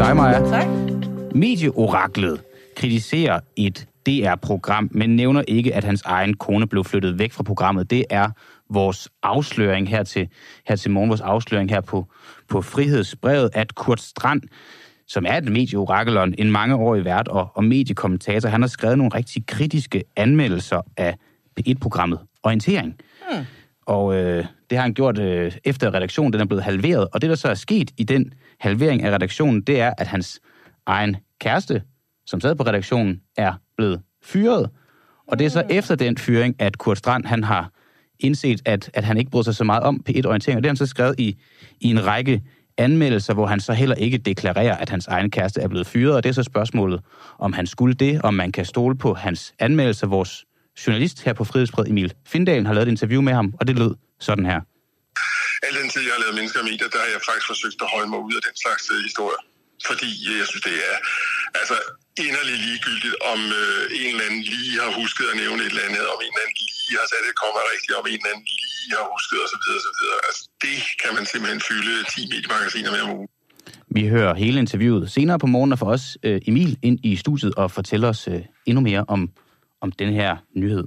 dig, Maja. Tak. Medieoraklet kritiserer et DR-program, men nævner ikke, at hans egen kone blev flyttet væk fra programmet. Det er vores afsløring her til morgen, vores afsløring her på Frihedsbrevet, at Kurt Strand, som er et medieorakel og en mangeårig vært og mediekommentator, han har skrevet nogle rigtig kritiske anmeldelser af P1-programmet Orientering. Og det har han gjort efter redaktionen, den er blevet halveret. Og det, der så er sket i den halvering af redaktionen, det er, at hans egen kæreste, som sad på redaktionen, er blevet fyret. Og det er så efter den fyring, at Kurt Strand, han har indset, at han ikke bryder sig så meget om P1 Orientering. Og det har han så skrevet i en række anmeldelser, hvor han så heller ikke deklarerer, at hans egen kæreste er blevet fyret. Og det er så spørgsmålet, om han skulle det, om man kan stole på hans anmeldelser. Vores journalist her på Frihedsbrevet, Emil Findalen, har lavet et interview med ham, og det lød sådan her. Al den tid, jeg har lavet mennesker og medier, der har jeg faktisk forsøgt at holde mig ud af den slags historier. Fordi jeg synes, det er inderligt ligegyldigt, om en eller anden lige har husket at nævne et eller andet, om en eller anden lige har sat et komma rigtigt, om en eller anden lige har husket osv. Altså, det kan man simpelthen fylde 10 mediemagasiner med om ugen. Vi hører hele interviewet senere på morgenen, og for os Emil ind i studiet og fortæller os endnu mere om den her nyhed.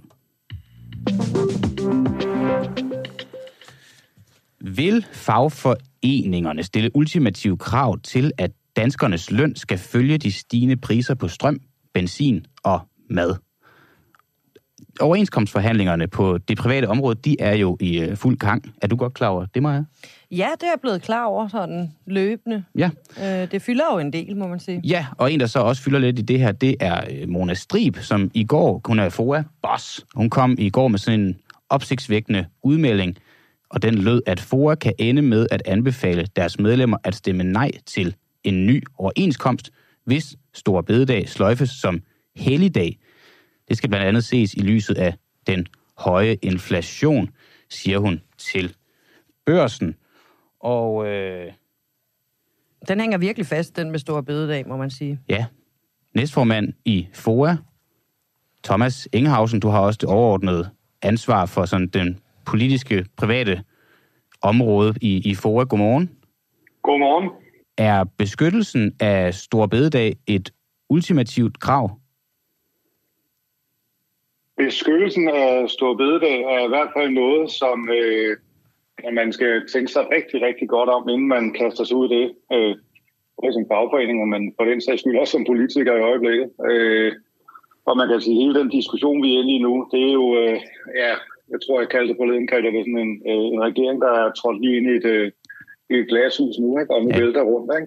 Vil fagforeningerne stille ultimative krav til, at danskernes løn skal følge de stigende priser på strøm, benzin og mad? Overenskomstforhandlingerne på det private område, de er jo i fuld gang. Er du godt klar over det, Maja? Ja, det er jeg blevet klar over sådan løbende. Ja. Det fylder jo en del, må man sige. Ja, og en, der så også fylder lidt i det her, det er Mona Strib, som i går, hun er FOA-boss. Hun kom i går med sådan en opsigtsvækkende udmelding, og den lød, at FOA kan ende med at anbefale deres medlemmer at stemme nej til en ny overenskomst, hvis Store Bededag sløjfes som helligdag. Det skal blandt andet ses i lyset af den høje inflation, siger hun til Børsen. Og den hænger virkelig fast, den med Store Bededag, må man sige. Ja. Næstformand i FOA, Thomas Enghausen, du har også det overordnede ansvar for sådan den politiske, private område i FOA. Godmorgen. Godmorgen. Er beskyttelsen af Store Bededag et ultimativt krav? Beskyttelsen af Store Bededag er i hvert fald noget, som man skal tænke sig rigtig, rigtig godt om, inden man kaster sig ud i det. Både som fagforening, men for den sags skyld også som politiker i øjeblikket. Og man kan sige, at hele den diskussion, vi er inde i nu, det er jo, jeg tror, jeg kaldte det forleden, det sådan en regering, der er trådt lige ind i et glashus nu, ikke? Og nu vælter rundt, ikke?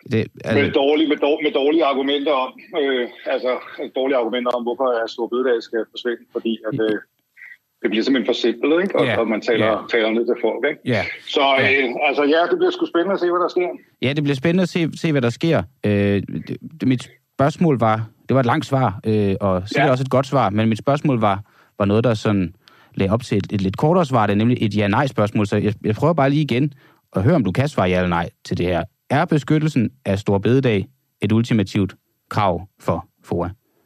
Med dårlige argumenter om, dårlige argumenter om, hvorfor Store Bededag skal forsvinde, fordi at det bliver simpelthen for simpelt, ikke? Og man taler ned til folk, ikke? Yeah. Så det bliver sgu spændende at se, hvad der sker. Ja, det bliver spændende at se hvad der sker. Mit spørgsmål var, det var et langt svar, og sikkert også et godt svar, men mit spørgsmål var noget, der sådan lagde op til et lidt kortere svar, det er nemlig et ja-nej-spørgsmål, så jeg prøver bare lige igen at høre, om du kan svare ja eller nej til det her. Er beskyttelsen af Store Bededag et ultimativt krav for FOA?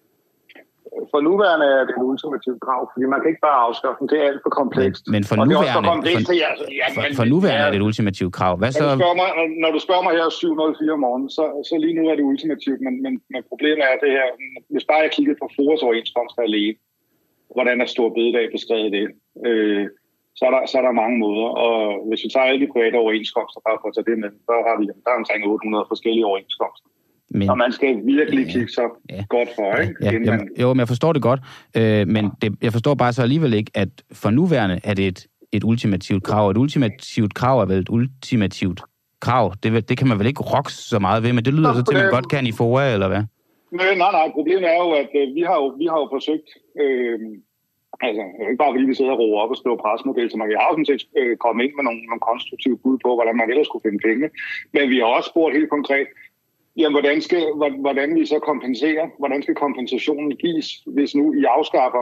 For nuværende er det et ultimativt krav, fordi man kan ikke bare afskaffe den. Det er alt for komplekst. Men for nuværende er det et ultimativt krav. Hvad så? Når du spørger mig her 7:04 om morgenen, så lige nu er det ultimativt, men problemet er det her. Hvis bare jeg kigger på FOAs overenskomst alene, hvordan er Store Bededag beskrevet det? Så er der mange måder, og hvis vi tager alle de private overenskomster, bare for at tage det med, så har vi der er omkring 800 forskellige overenskomster. Og man skal virkelig kigge så godt for, ikke? Jo, men jeg forstår det godt, men jeg forstår bare så alligevel ikke, at for nuværende er det et ultimativt krav. Et ultimativt krav er vel et ultimativt krav. Det kan man vel ikke rokke så meget ved, men det lyder så til, at man godt kan i FOA, eller hvad? Nej, problemet er jo, at vi har jo forsøgt... ikke bare fordi vi sidder og roer op og skriver pressemodel, så man kan sådan set komme ind med nogle konstruktive bud på, hvordan man ellers skulle finde penge. Men vi har også spurgt helt konkret, jamen, hvordan vi så kompenserer, hvordan skal kompensationen gives, hvis nu I afskaffer,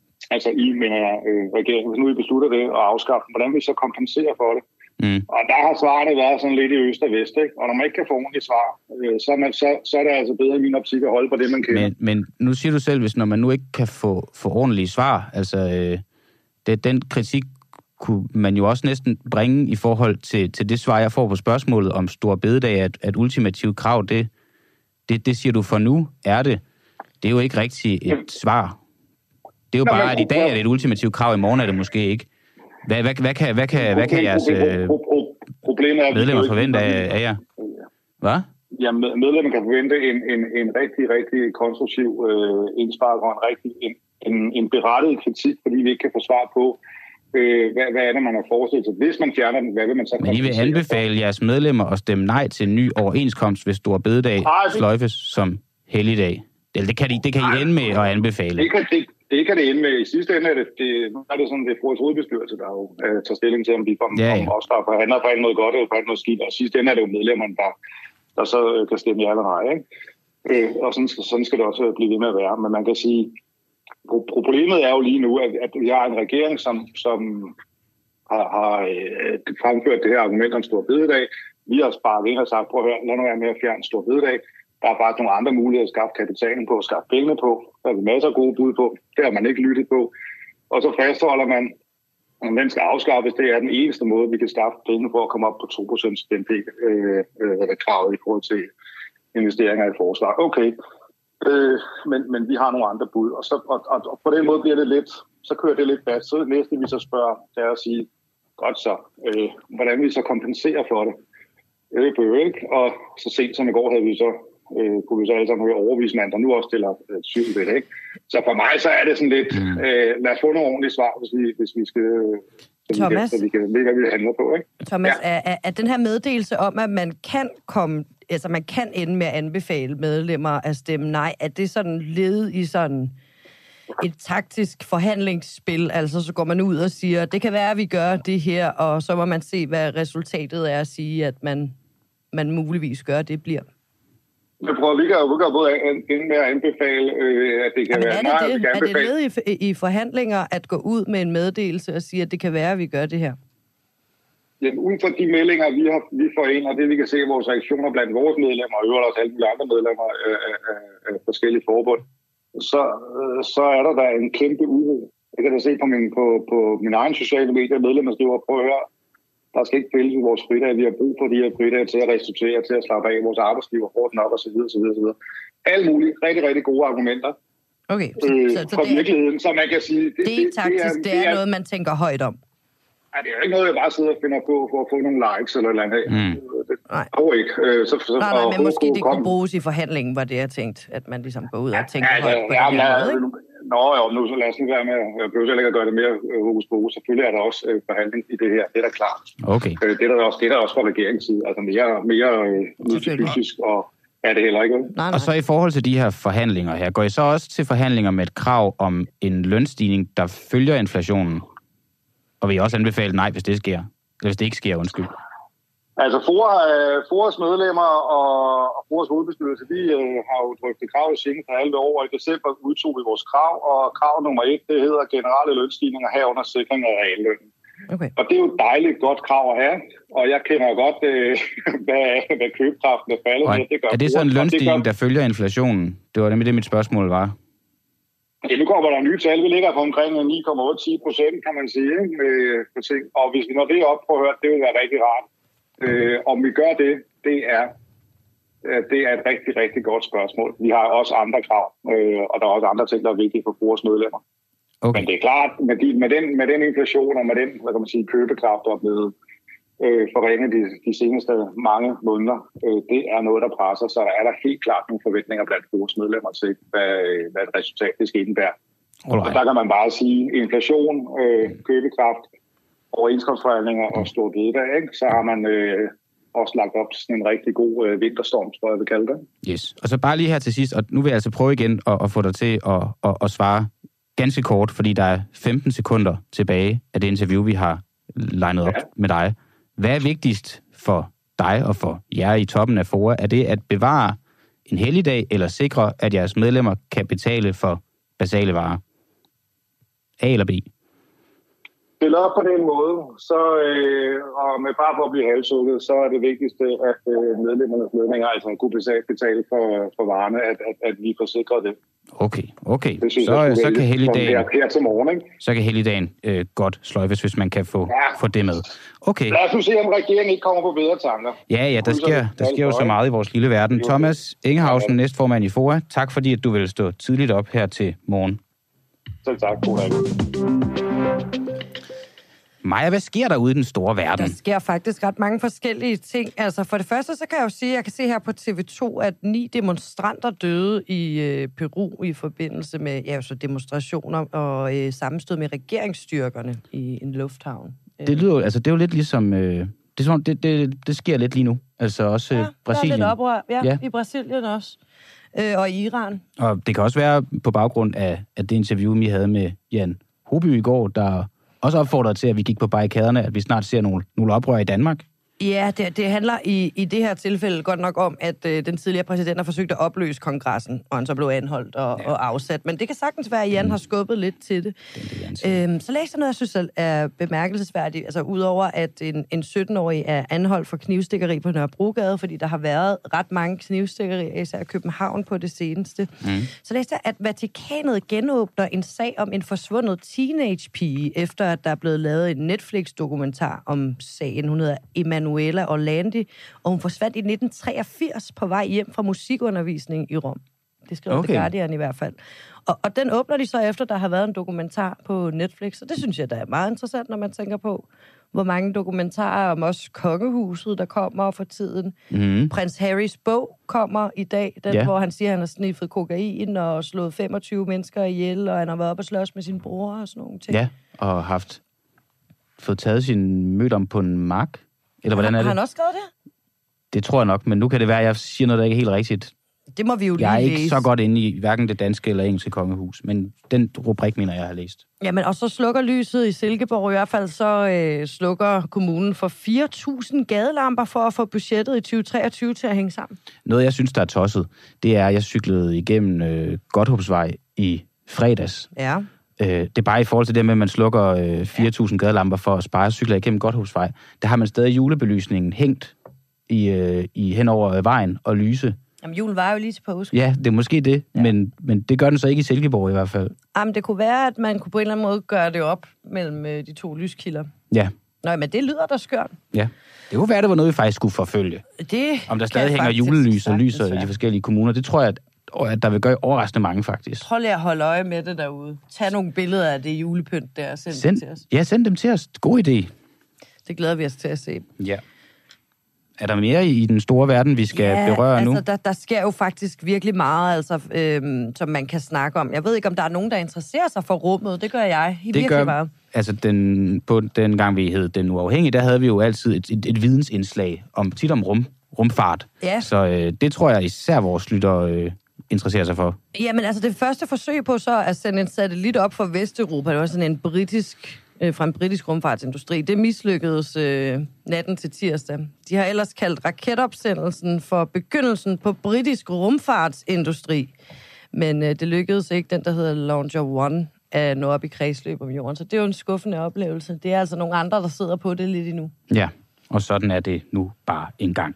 regeringen, hvis nu I beslutter det at afskaffe, hvordan vi så kompenserer for det. Og der har svarene været sådan lidt i øst og vest, ikke? Og når man ikke kan få ordentligt svar, så er det altså bedre i min optik at holde på det, man kender. Men nu siger du selv, når man nu ikke kan få ordentlige svar, den kritik kunne man jo også næsten bringe i forhold til det svar, jeg får på spørgsmålet om Store Bededag, at ultimativt krav, Det siger du for nu, er det. Det er jo ikke rigtig et svar. Det er jo bare, at i dag er det et ultimativt krav, i morgen er det måske ikke. Hvad kan jeres medlemmer forvente af jer? Hvad? Ja, medlemmer kan forvente en rigtig, rigtig konstruktiv indspark og en berettiget kritik, fordi vi ikke kan få svar på, hvad er det, man har forestillet sig. Hvis man fjerner den, hvad vil man så... Men I vil anbefale jeres medlemmer at stemme nej til en ny overenskomst, hvis Store Bededag sløjfes som helligdag? Det kan I ende med at anbefale. Det kan det ende med. I sidste ende er det sådan, det er vores hovedbestyrelse, der jo tager stilling til, om vi kommer afstraffe og handler på noget godt eller på noget skidt. Og i sidste ende er det jo medlemmerne, der så kan stemme ja eller nej. Ikke? Og sådan skal det også blive ved med at være. Men man kan sige, problemet er jo lige nu, at vi har en regering, som har fremført det her argument om Store Bededag. Vi har sparet ind og sagt, prøv at høre, lad nu være med at fjerne Store Bededag. Der er faktisk nogle andre muligheder at skaffe kapitalen på, at skaffe pengene på. Der er masser af gode bud på. Det har man ikke lyttet på. Og så fastholder man, at den skal afskaffes. Det er den eneste måde, vi kan skaffe penge for at komme op på 2% BNP-kravet i forhold til investeringer i forsvar. Okay, men vi har nogle andre bud. Og på den måde bliver det lidt, så kører det lidt fast. Så det næste, vi så spørger, det er at sige, godt så, hvordan vi så kompenserer for det. Ikke? Og så sent som i går havde vi så kunne vi så alle sammen høre overvismand, der nu også stiller tvivl ved det, ikke? Så for mig så er det sådan lidt, lad os få nogle ordentlige svar, hvis vi skal, så vi kan lægge, vi handler på, ikke? Thomas, er den her meddelelse om, at man kan ende med at anbefale medlemmer at stemme nej, er det sådan led i sådan et taktisk forhandlingsspil, altså så går man ud og siger, det kan være, at vi gør det her, og så må man se, hvad resultatet er at sige, at man muligvis gør, det bliver. Jeg prøver, vi kan jo både ende med at anbefale, at det kan være... Er det led i forhandlinger at gå ud med en meddelelse og sige, at det kan være, at vi gør det her? Jamen, ud fra de meldinger, vi får ind, og det vi kan se vores reaktioner blandt vores medlemmer, og øvrigt også alle de andre medlemmer af forskellige forbund, så er der en kæmpe uro. Jeg kan da se på min egen sociale medier, medlemmer skriver, prøv at høre, der skal ikke fælles i vores fridage. Vi har brug for de her fridage til at restituere, til at slappe af vores arbejdsliv og hårdt nok osv. Alle mulige rigtig, rigtig gode argumenter. Okay, så fra virkeligheden, så man kan sige... Det er ikke taktisk, det er noget, man tænker højt om. Nej, det er ikke noget, jeg bare sidder og finder på for at få nogle likes eller eller andet. Nej. Ikke. Nej, men måske det kunne bruges i forhandlingen, var det, jeg tænkte, at man ligesom går ud og tænker højt på den her måde, ikke? Nu så lad os lige være med, jeg behøver selv ikke at gøre det mere hokus pokus. Selvfølgelig er der også forhandling i det her, det er da klart. Okay. Det er der også fra regeringens side, altså mere fysisk, og er det heller ikke. Nej. Og så i forhold til de her forhandlinger her, går I så også til forhandlinger med et krav om en lønstigning, der følger inflationen? Og vil I også anbefale nej, hvis det sker? Eller hvis det ikke sker, undskyld. Altså FOAs medlemmer og FOAs hovedbestyrelse, vi har jo drøftet krav i Schengen for halve år, og i december udtog vi vores krav, og krav nummer 1, det hedder generelle lønstigninger herunder sikring af reallønnen. Okay. Og det er jo et dejligt godt krav at have, og jeg kender godt, hvad købekraften er faldet. Er det så en lønstigning, der følger inflationen? Det var det mit spørgsmål var. Ja, nu kommer der nye tal. Vi ligger på omkring 9,8-10%, kan man sige, med ting. Og hvis vi når det op, prøv at høre, det vil være rigtig rart. Om vi gør det er et rigtig, rigtig godt spørgsmål. Vi har også andre krav, og der er også andre ting, der er vigtige for vores medlemmer. Okay. Men det er klart, med den inflation og med den, hvad kan man sige, købekraft, der er blevet forringet de seneste mange måneder, det er noget, der presser, så der er der helt klart nogle forventninger blandt vores medlemmer til, hvad et resultat det skal indebære. Og der kan man bare sige, inflation, købekraft, overenskomstforhandlinger og Store Bededag, ikke? Så har man også lagt op sådan en rigtig god vinterstorm, tror jeg vil kalde det. Yes. Og så bare lige her til sidst, og nu vil jeg altså prøve igen at få dig til at svare ganske kort, fordi der er 15 sekunder tilbage af det interview, vi har legnet op med dig. Hvad er vigtigst for dig og for jer i toppen af FOA? Er det at bevare en helligdag, eller sikre, at jeres medlemmer kan betale for basale varer? A eller B? stiller op på den måde, så, og med bare for at blive halshugget, så er det vigtigste, at medlemmernes lønninger altså kunne betale for varerne, at vi forsikrer det. Okay. Så kan helligdagen... Her til morgen, ikke? Så kan helligdagen godt sløjfes, hvis man kan få det med. Okay. Lad os nu se, om regeringen ikke kommer på bedre tanker. Ja, der sker jo så meget i vores lille verden. Thomas Engehausen, næstformand i FOA. Tak fordi, at du vil stå tidligt op her til morgen. Selv tak. God dag. Maja, hvad sker der ude i den store verden? Der sker faktisk ret mange forskellige ting. Altså for det første, så kan jeg jo sige, at jeg kan se her på TV2, at 9 demonstranter døde i Peru i forbindelse med så demonstrationer og sammenstød med regeringsstyrkerne i en lufthavn. Det lyder altså det er jo lidt ligesom det sker lidt lige nu. Altså også Brasilien. Der er lidt oprør. I Brasilien også. Og i Iran. Og det kan også være på baggrund af det interview, vi havde med Jan Hoby i går, der også opfordret til, at vi gik på barrikaderne, at vi snart ser nogle oprør i Danmark. Ja, det handler i det her tilfælde godt nok om, at den tidligere præsident har forsøgt at opløse kongressen, og han så blev anholdt og afsat. Men det kan sagtens være, at Jan har skubbet lidt til det. Så læste jeg noget, jeg synes er bemærkelsesværdigt. Altså udover at en 17-årig er anholdt for knivstikkeri på Nørrebrogade, fordi der har været ret mange knivstikkerier, især i København på det seneste. Så læste jeg, at Vatikanet genåbner en sag om en forsvundet teenagepige, efter at der er blevet lavet en Netflix-dokumentar om sagen. Hun hedder Emanuela Orlandi, og hun forsvandt i 1983 på vej hjem fra musikundervisning i Rom. Det skrev The Guardian i hvert fald. Og den åbner de så efter, der har været en dokumentar på Netflix, og det synes jeg, der er meget interessant, når man tænker på, hvor mange dokumentarer om også kongehuset, der kommer for tiden. Prins Harrys bog kommer i dag, hvor han siger, at han har sniffet kokain og slået 25 mennesker ihjel, og han har været op og slås med sin bror og sådan nogle ting. Ja, og fået taget sin mødt om på en mark. Eller hvordan er det? Har han også skrevet det? Det tror jeg nok, men nu kan det være, at jeg siger noget, der ikke er helt rigtigt. Det må vi jo lige læse. Jeg er ikke så godt inde i hverken det danske eller engelske kongehus, men den rubrik mener jeg har læst. Jamen, og så slukker lyset i Silkeborg i hvert fald, så slukker kommunen for 4.000 gadelamper for at få budgettet i 2023 til at hænge sammen. Noget, jeg synes, der er tosset, det er, at jeg cyklede igennem Godthåbsvej i fredags. Ja. Det er bare i forhold til det med, at man slukker 4.000 gadelamper for at spare cykler igennem Godthåbsvej. Der har man stadig julebelysningen hængt hen over vejen og lyse. Jamen, julen var jo lige til påske. Ja, det er måske det, men det gør den så ikke i Silkeborg i hvert fald. Jamen, det kunne være, at man kunne på en eller anden måde gøre det op mellem de to lyskilder. Ja. Nå, men det lyder da skørt. Ja. Det kunne være, det var noget, vi faktisk skulle forfølge. Om der stadig hænger julelys og lyser i de forskellige kommuner. Det tror jeg, at der vil gøre overraskende mange, faktisk. Prøv lige at holde øje med det derude. Tag nogle billeder af det julepynt der og send dem til os. Ja, send dem til os. God idé. Det glæder vi os til at se. Ja. Er der mere i den store verden, vi skal berøre nu? Altså, der sker jo faktisk virkelig meget, altså, som man kan snakke om. Jeg ved ikke, om der er nogen, der interesserer sig for rummet. Det gør jeg. Meget. Altså, på den gang, vi hed Den Uafhængige, der havde vi jo altid et vidensindslag tit om rumfart. Ja. Så det tror jeg især vores lyttere interesserer sig for. Jamen, altså det første forsøg på så at sende en satellit op for Vesteuropa, det var sådan fra en britisk rumfartsindustri. Det mislykkedes natten til tirsdag. De har ellers kaldt raketopsendelsen for begyndelsen på britisk rumfartsindustri. Men det lykkedes ikke, den der hedder Launcher One, at nå op i kredsløb om jorden. Så det er jo en skuffende oplevelse. Det er altså nogle andre, der sidder på det lidt endnu. Ja, og sådan er det nu bare en gang.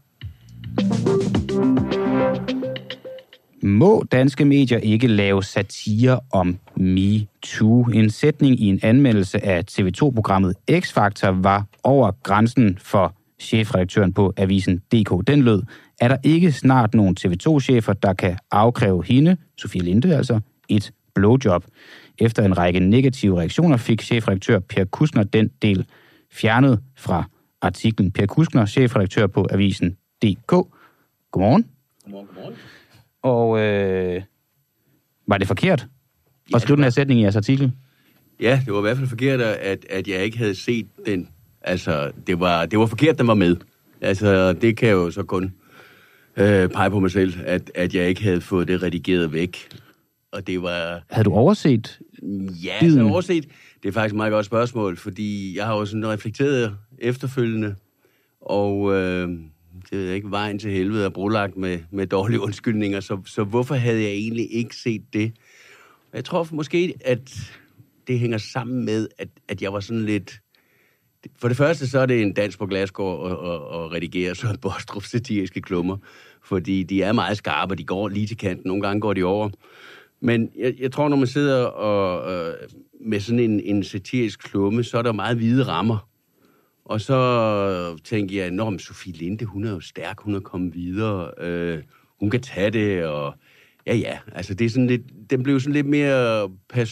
Må danske medier ikke lave satire om MeToo? En sætning i en anmeldelse af TV2-programmet X-Factor var over grænsen for chefredaktøren på avisen DK. Den lød, er der ikke snart nogen TV2-chefer, der kan afkræve hende, Sofie Linde altså, et blowjob? Efter en række negative reaktioner fik chefredaktør Per Kuskner den del fjernet fra artiklen. Per Kuskner, chefredaktør på avisen DK. Godmorgen. Godmorgen. Og var det forkert at skrive den her sætning i jeres artikel? Ja, det var i hvert fald forkert, at jeg ikke havde set den. Altså, det var forkert, den var med. Altså, det kan jeg jo så kun pege på mig selv, at jeg ikke havde fået det redigeret væk. Og det var... Havde du overset? Ja, jeg havde overset. Det er faktisk et meget godt spørgsmål, fordi jeg har jo sådan reflekteret efterfølgende, og... det ved jeg ikke, vejen til helvede er brolagt med dårlige undskyldninger, så hvorfor havde jeg egentlig ikke set det? Jeg tror måske, det hænger sammen med, at jeg var sådan lidt... For det første, så er det en dans på glasgård og redigere Søren Bostrup satiriske klummer, fordi de er meget skarpe, de går lige til kanten, nogle gange går de over. Men jeg tror, når man sidder med sådan en satirisk klumme, så er der meget hvide rammer. Og så tænker jeg, men Sofie Linde, hun er jo stærk, hun er kommet videre, hun kan tage det, og ja, altså det er sådan lidt, den blev sådan lidt mere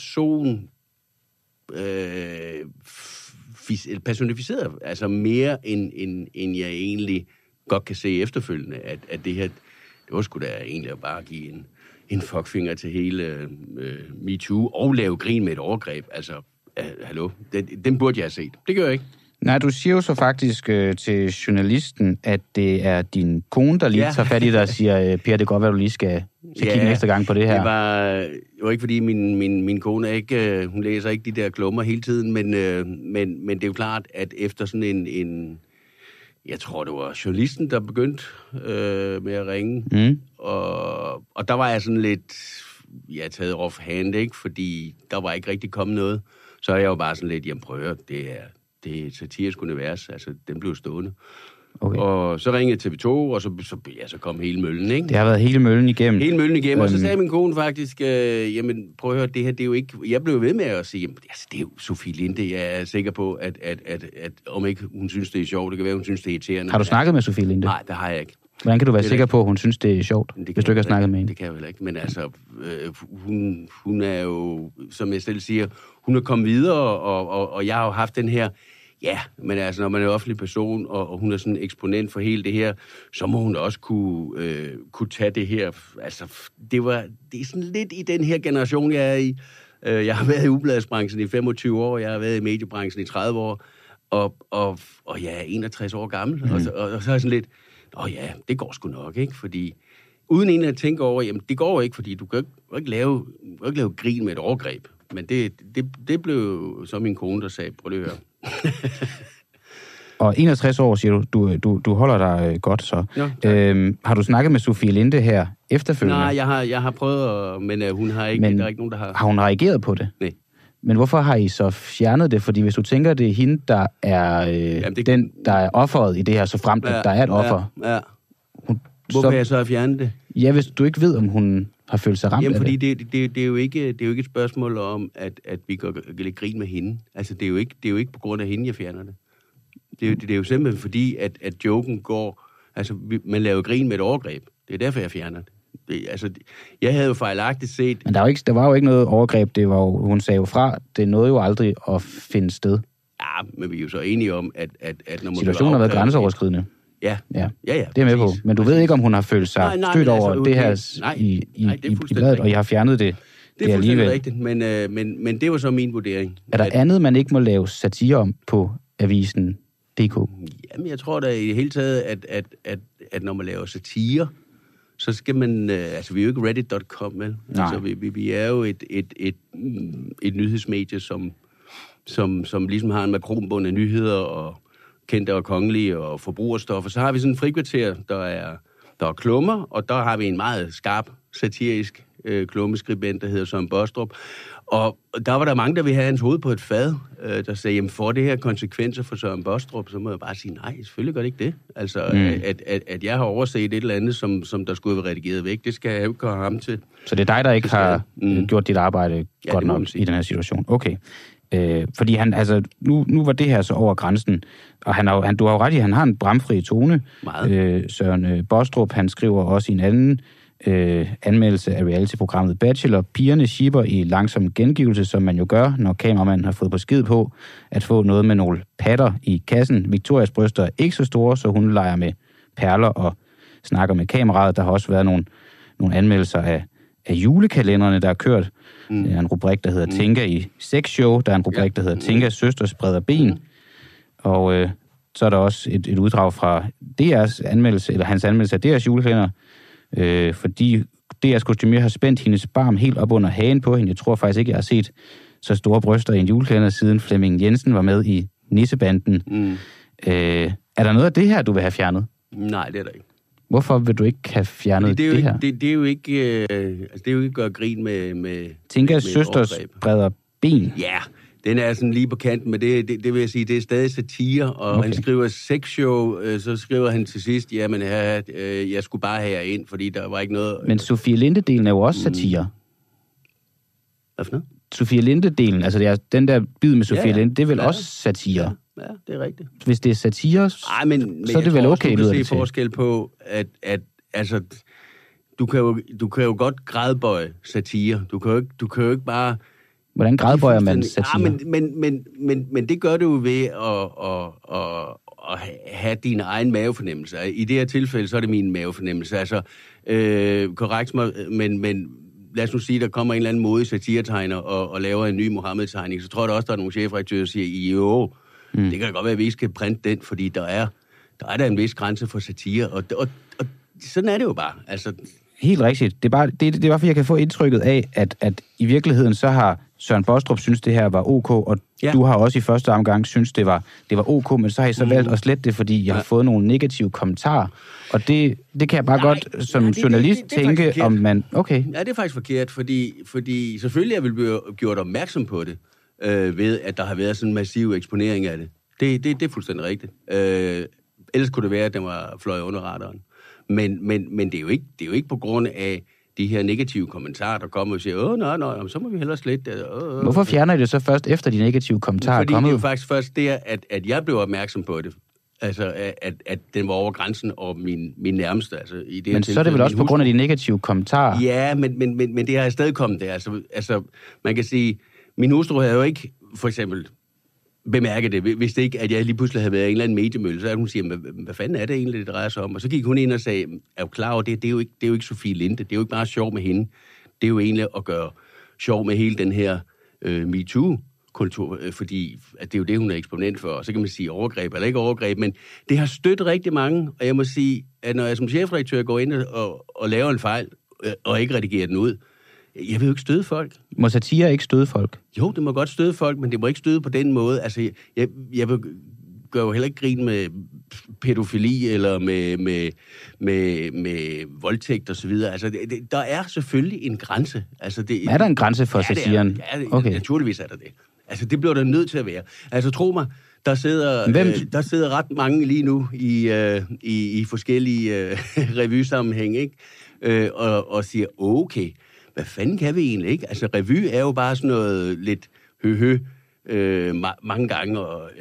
personificeret, altså mere end jeg egentlig godt kan se efterfølgende, at det her, det var sgu da egentlig at bare give en fuckfinger til hele MeToo, og lave grin med et overgreb, altså, hallo, den burde jeg have set. Det gør jeg ikke. Nej, du siger jo så faktisk til journalisten, at det er din kone, der lige tager fat i dig og siger, Per, det er godt, hvad du lige skal kigge en ekstra gang på det her. Det var ikke, fordi min kone ikke, hun læser ikke de der klummer hele tiden, men det er jo klart, at efter sådan en jeg tror, det var journalisten, der begyndte med at ringe, og der var jeg sådan lidt, taget off-hand, ikke, fordi der var ikke rigtig kommet noget. Så er jeg jo bare sådan lidt, jamen prøv at høre, det er et satirisk univers, altså den blev stående. Okay. Og så ringede TV2, og så kom hele møllen, ikke? Det har været hele møllen igennem. Hele møllen igennem, og så sagde min kone faktisk, jamen prøv at høre, det her, det er jo ikke... Jeg blev ved med at sige, jamen, altså, det er jo Sofie Linde, jeg er sikker på, at om ikke hun synes, det er sjovt, det kan være, hun synes, det er irriterende. Har du snakket med Sofie Linde? Nej, det har jeg ikke. Hvordan kan du være sikker på, at hun synes, det er sjovt, hvis du ikke har snakket med hende? Det kan jeg heller ikke, men altså, hun er jo, som jeg selv siger, hun er kommet videre, og jeg har jo haft den her... Ja, men altså, når man er en offentlig person, og hun er sådan en eksponent for hele det her, så må hun også kunne tage det her. Altså, det er sådan lidt i den her generation, jeg er i. Jeg har været i ubladsbranchen i 25 år, jeg har været i mediebranchen i 30 år, og jeg er 61 år gammel, og så er jeg sådan lidt, det går sgu nok, ikke? Fordi uden egentlig at tænke over, jamen, det går ikke, fordi du kan ikke lave grin med et overgreb. Men det blev så min kone, der sagde, prøv lige at høre. Og 61 år, siger du holder dig godt så. Ja, har du snakket med Sofie Linde her efterfølgende? Nej, jeg har prøvet, men hun har ikke, der er ikke nogen, der har... Har hun reageret på det? Nej. Men hvorfor har I så fjernet det? Fordi hvis du tænker, det er hende, der er den, der er offeret i det her, så fremt, at der er et offer. Ja. Hvorfor har jeg så fjernet det? Ja, hvis du ikke ved, om hun har følt sig ramt af det. Jamen, fordi det er jo ikke et spørgsmål om, at vi går lidt grin med hende. Altså, det er jo ikke på grund af hende, jeg fjerner det. Det er jo simpelthen fordi, at joken går... Altså, man laver grin med et overgreb. Det er derfor, jeg fjerner det. Jeg havde jo fejlagtigt set... Men der var jo ikke noget overgreb. Det var jo, hun sagde jo fra, det nåede jo aldrig at finde sted. Ja, men vi er jo så enige om, at når man... Situationen har været grænseoverskridende. Ja. Det er med på. Men du ved ikke, om hun har følt sig stødt over altså, det her i bladet, og jeg har fjernet det. Det er fuldstændig rigtigt, men det var så min vurdering. Er der andet, man ikke må lave satire om på avisen.dk? Jamen, jeg tror da i det hele taget, at når man laver satire, så skal man... vi er jo ikke reddit.com, vel? Altså, vi er jo et nyhedsmedie, som ligesom har en makronbund af nyheder og kendte og kongelige og forbrugerstoffer. Så har vi sådan en frikvarter, der er klummer, og der har vi en meget skarp, satirisk klummeskribent, der hedder Søren Bostrup. Og der var der mange, der ville have hans hoved på et fad, der sagde, jamen får det her konsekvenser for Søren Bostrup, så må jeg bare sige, nej, selvfølgelig gør det ikke det. Altså, at jeg har overset et eller andet, som der skulle være redigeret væk, det skal jeg jo ikke gøre ham til. Så det er dig, der ikke har gjort dit arbejde godt nok i den her situation? Okay. Fordi nu var det her så over grænsen, og du har jo ret i, han har en bramfri tone. Søren Bostrup, han skriver også i en anden anmeldelse af reality-programmet Bachelor, pigerne shipper i langsom gengivelse, som man jo gør, når kameramanden har fået besked på at få noget med nogle patter i kassen. Victorias bryster er ikke så store, så hun leger med perler og snakker med kameraet. Der har også været nogle anmeldelser af julekalenderne, der er kørt. Der er en rubrik, der hedder Tinka i sexshow. Der er en rubrik, der hedder Tinka søster spreder ben. Og så er der også et uddrag fra DR's anmeldelse, eller hans anmeldelse af DR's julekalender, fordi DR's kostumier har spændt hendes barm helt op under hagen på hende. Jeg tror faktisk ikke, jeg har set så store bryster i en julekalender, siden Flemming Jensen var med i Nissebanden. Er der noget af det her, du vil have fjernet? Nej, det er der ikke. Hvorfor vil du ikke have fjernet det her? Det er jo ikke at gøre grin med Tinkas søster spreder ben. Ja, den er sådan lige på kanten, men det vil jeg sige, det er stadig satire, og han skriver sexshow, så skriver han til sidst, jamen jeg skulle bare have jer ind, fordi der var ikke noget... Men Sofie Linde-delen er jo også satire. Hvad for noget? Sofie Linde-delen, altså det er, den der bid med Sofie Linde, det er vel også satire? Ja, det er rigtigt. Hvis det er satire, men så er det vel okay, lyder det til. Du kan se forskel på, at altså, du kan jo godt gradbøje satire. Du kan jo ikke bare... Hvordan gradbøjer man satire? Men det gør du jo ved at have dine egen mavefornemmelser. I det her tilfælde, så er det min mavefornemmelse. Altså, korrekt mig, men lad os nu sige, der kommer en eller anden modig satiretegner og laver en ny Mohammed-tegning, så tror jeg da også, der er nogle chefredaktører, der siger, jo, det kan da godt være, at vi ikke skal printe den, fordi der er der en vis grænse for satire, og sådan er det jo bare. Altså... Helt rigtigt. Det er bare, fordi jeg kan få indtrykket af, at i virkeligheden så har Søren Bostrup synes det her var ok, og du har også i første omgang synes det var ok, men så har I så valgt at slette det, fordi jeg har fået nogle negative kommentarer. Og det kan jeg bare godt som journalist tænke, om man... Okay. Ja, det er faktisk forkert, fordi selvfølgelig er vi blevet gjort opmærksom på det, ved at der har været sådan en massiv eksponering af det. Det er fuldstændig rigtigt. Ellers kunne det være, at den var fløjet under radaren. Men det er jo ikke på grund af de her negative kommentarer, der kommer og siger, så må vi hellere slette det. Hvorfor fjerner I det så først efter de negative kommentarer er kommet? Fordi det er jo faktisk først der, at jeg blev opmærksom på det. Altså, at den var over grænsen og min nærmeste. Altså, i det men så er det vel også på grund af de negative kommentarer? Ja, men det har stadig kommet der. Altså, man kan sige, min hustru havde jo ikke, for eksempel, bemærke det, hvis det ikke, at jeg lige pludselig havde været en eller anden mediemølle, så hun siger, hvad fanden er det egentlig, det drejer sig om? Og så gik hun ind og sagde, er du klar over det? Det er jo ikke Sofie Linde, det er jo ikke bare sjov med hende. Det er jo egentlig at gøre sjov med hele den her MeToo-kultur, fordi at det er jo det, hun er eksponent for. Og så kan man sige overgreb eller ikke overgreb, men det har stødt rigtig mange, og jeg må sige, at når jeg som chefredaktør går ind og laver en fejl, og ikke redigerer den ud, jeg vil jo ikke støde folk. Må satire ikke støde folk? Jo, det må godt støde folk, men det må ikke støde på den måde. Altså, jeg gør jo heller ikke grin med pædofili eller med voldtægt og så videre. Altså, der er selvfølgelig en grænse. Altså, er der en grænse for satiren? Okay. Naturligvis er der det. Altså, det bliver der nødt til at være. Altså, tro mig, der sidder ret mange lige nu i forskellige revysammenhæng, ikke? Og siger, okay, hvad fanden kan vi egentlig, ikke? Altså, revy er jo bare sådan noget lidt mange gange,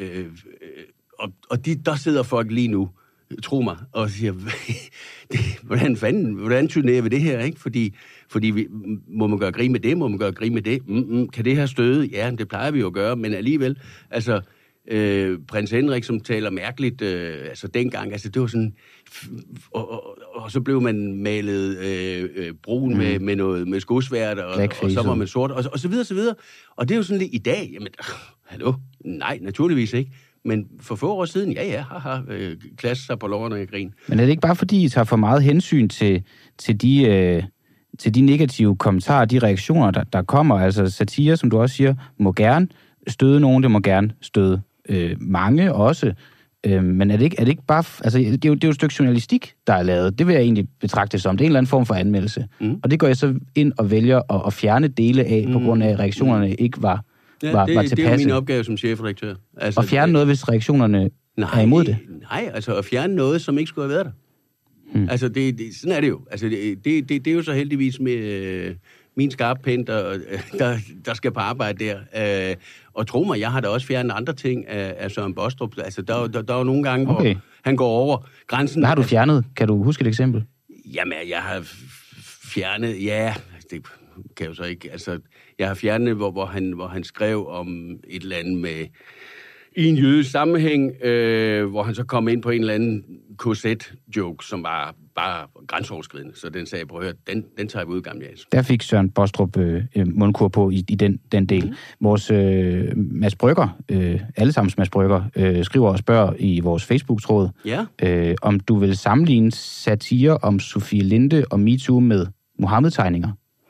og der sidder folk lige nu, tro mig, og siger, hvordan turnerer vi det her, ikke? Fordi må man gøre grin med det, må man gøre grin med det? Kan det her støde? Ja, det plejer vi jo at gøre, men alligevel, altså, prins Henrik, som taler mærkeligt, altså dengang, altså det var sådan, og så blev man malet brun med noget med skosværd, og så var man sort, og så videre, så videre. Og det er jo sådan lidt i dag, jamen, hallo? Nej, naturligvis ikke. Men for få år siden, klasse sig på loverne og grin. Men er det ikke bare fordi, I tager for meget hensyn til de negative kommentarer, de reaktioner, der kommer? Altså satire, som du også siger, må gerne støde nogen, det må gerne støde mange også. Men er det ikke bare... Altså, det er jo et stykke journalistik, der er lavet. Det vil jeg egentlig betragte som. Det er en eller anden form for anmeldelse. Og det går jeg så ind og vælger at fjerne dele af, på grund af, at reaktionerne ikke var tilpasse. Det er min opgave som chefredaktør. Altså, at fjerne noget, hvis reaktionerne er imod det? Nej, altså at fjerne noget, som ikke skulle have været der. Altså, sådan er det jo. Altså, det er jo så heldigvis med min skarppind, der skal på arbejde der. Og tro mig, jeg har da også fjernet andre ting af Søren Bostrup. Altså, der er jo nogle gange, hvor han går over grænsen. Hvad har du fjernet? Kan du huske et eksempel? Jamen, jeg har fjernet... Ja, det kan jo så ikke... Altså, jeg har fjernet, hvor han skrev om et eller andet med... I en jødisk sammenhæng, hvor han så kom ind på en eller anden KZ-joke, som var bare grænseoverskridende. Så den sagde, prøv at høre, den tager vi ud, gamle jæs. Der fik Søren Bostrup mundkur på i den del. Vores Mads Brygger, allesammens Mads Brygger, skriver og spørger i vores Facebook-tråd, om du vil sammenligne satire om Sofie Linde og MeToo med Mohammed-tegninger.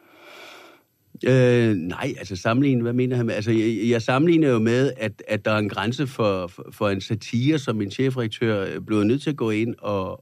Nej, altså sammenligne, hvad mener han med? Altså, jeg sammenligner jo med, at der er en grænse for en satire, som en chefredaktør blev nødt til at gå ind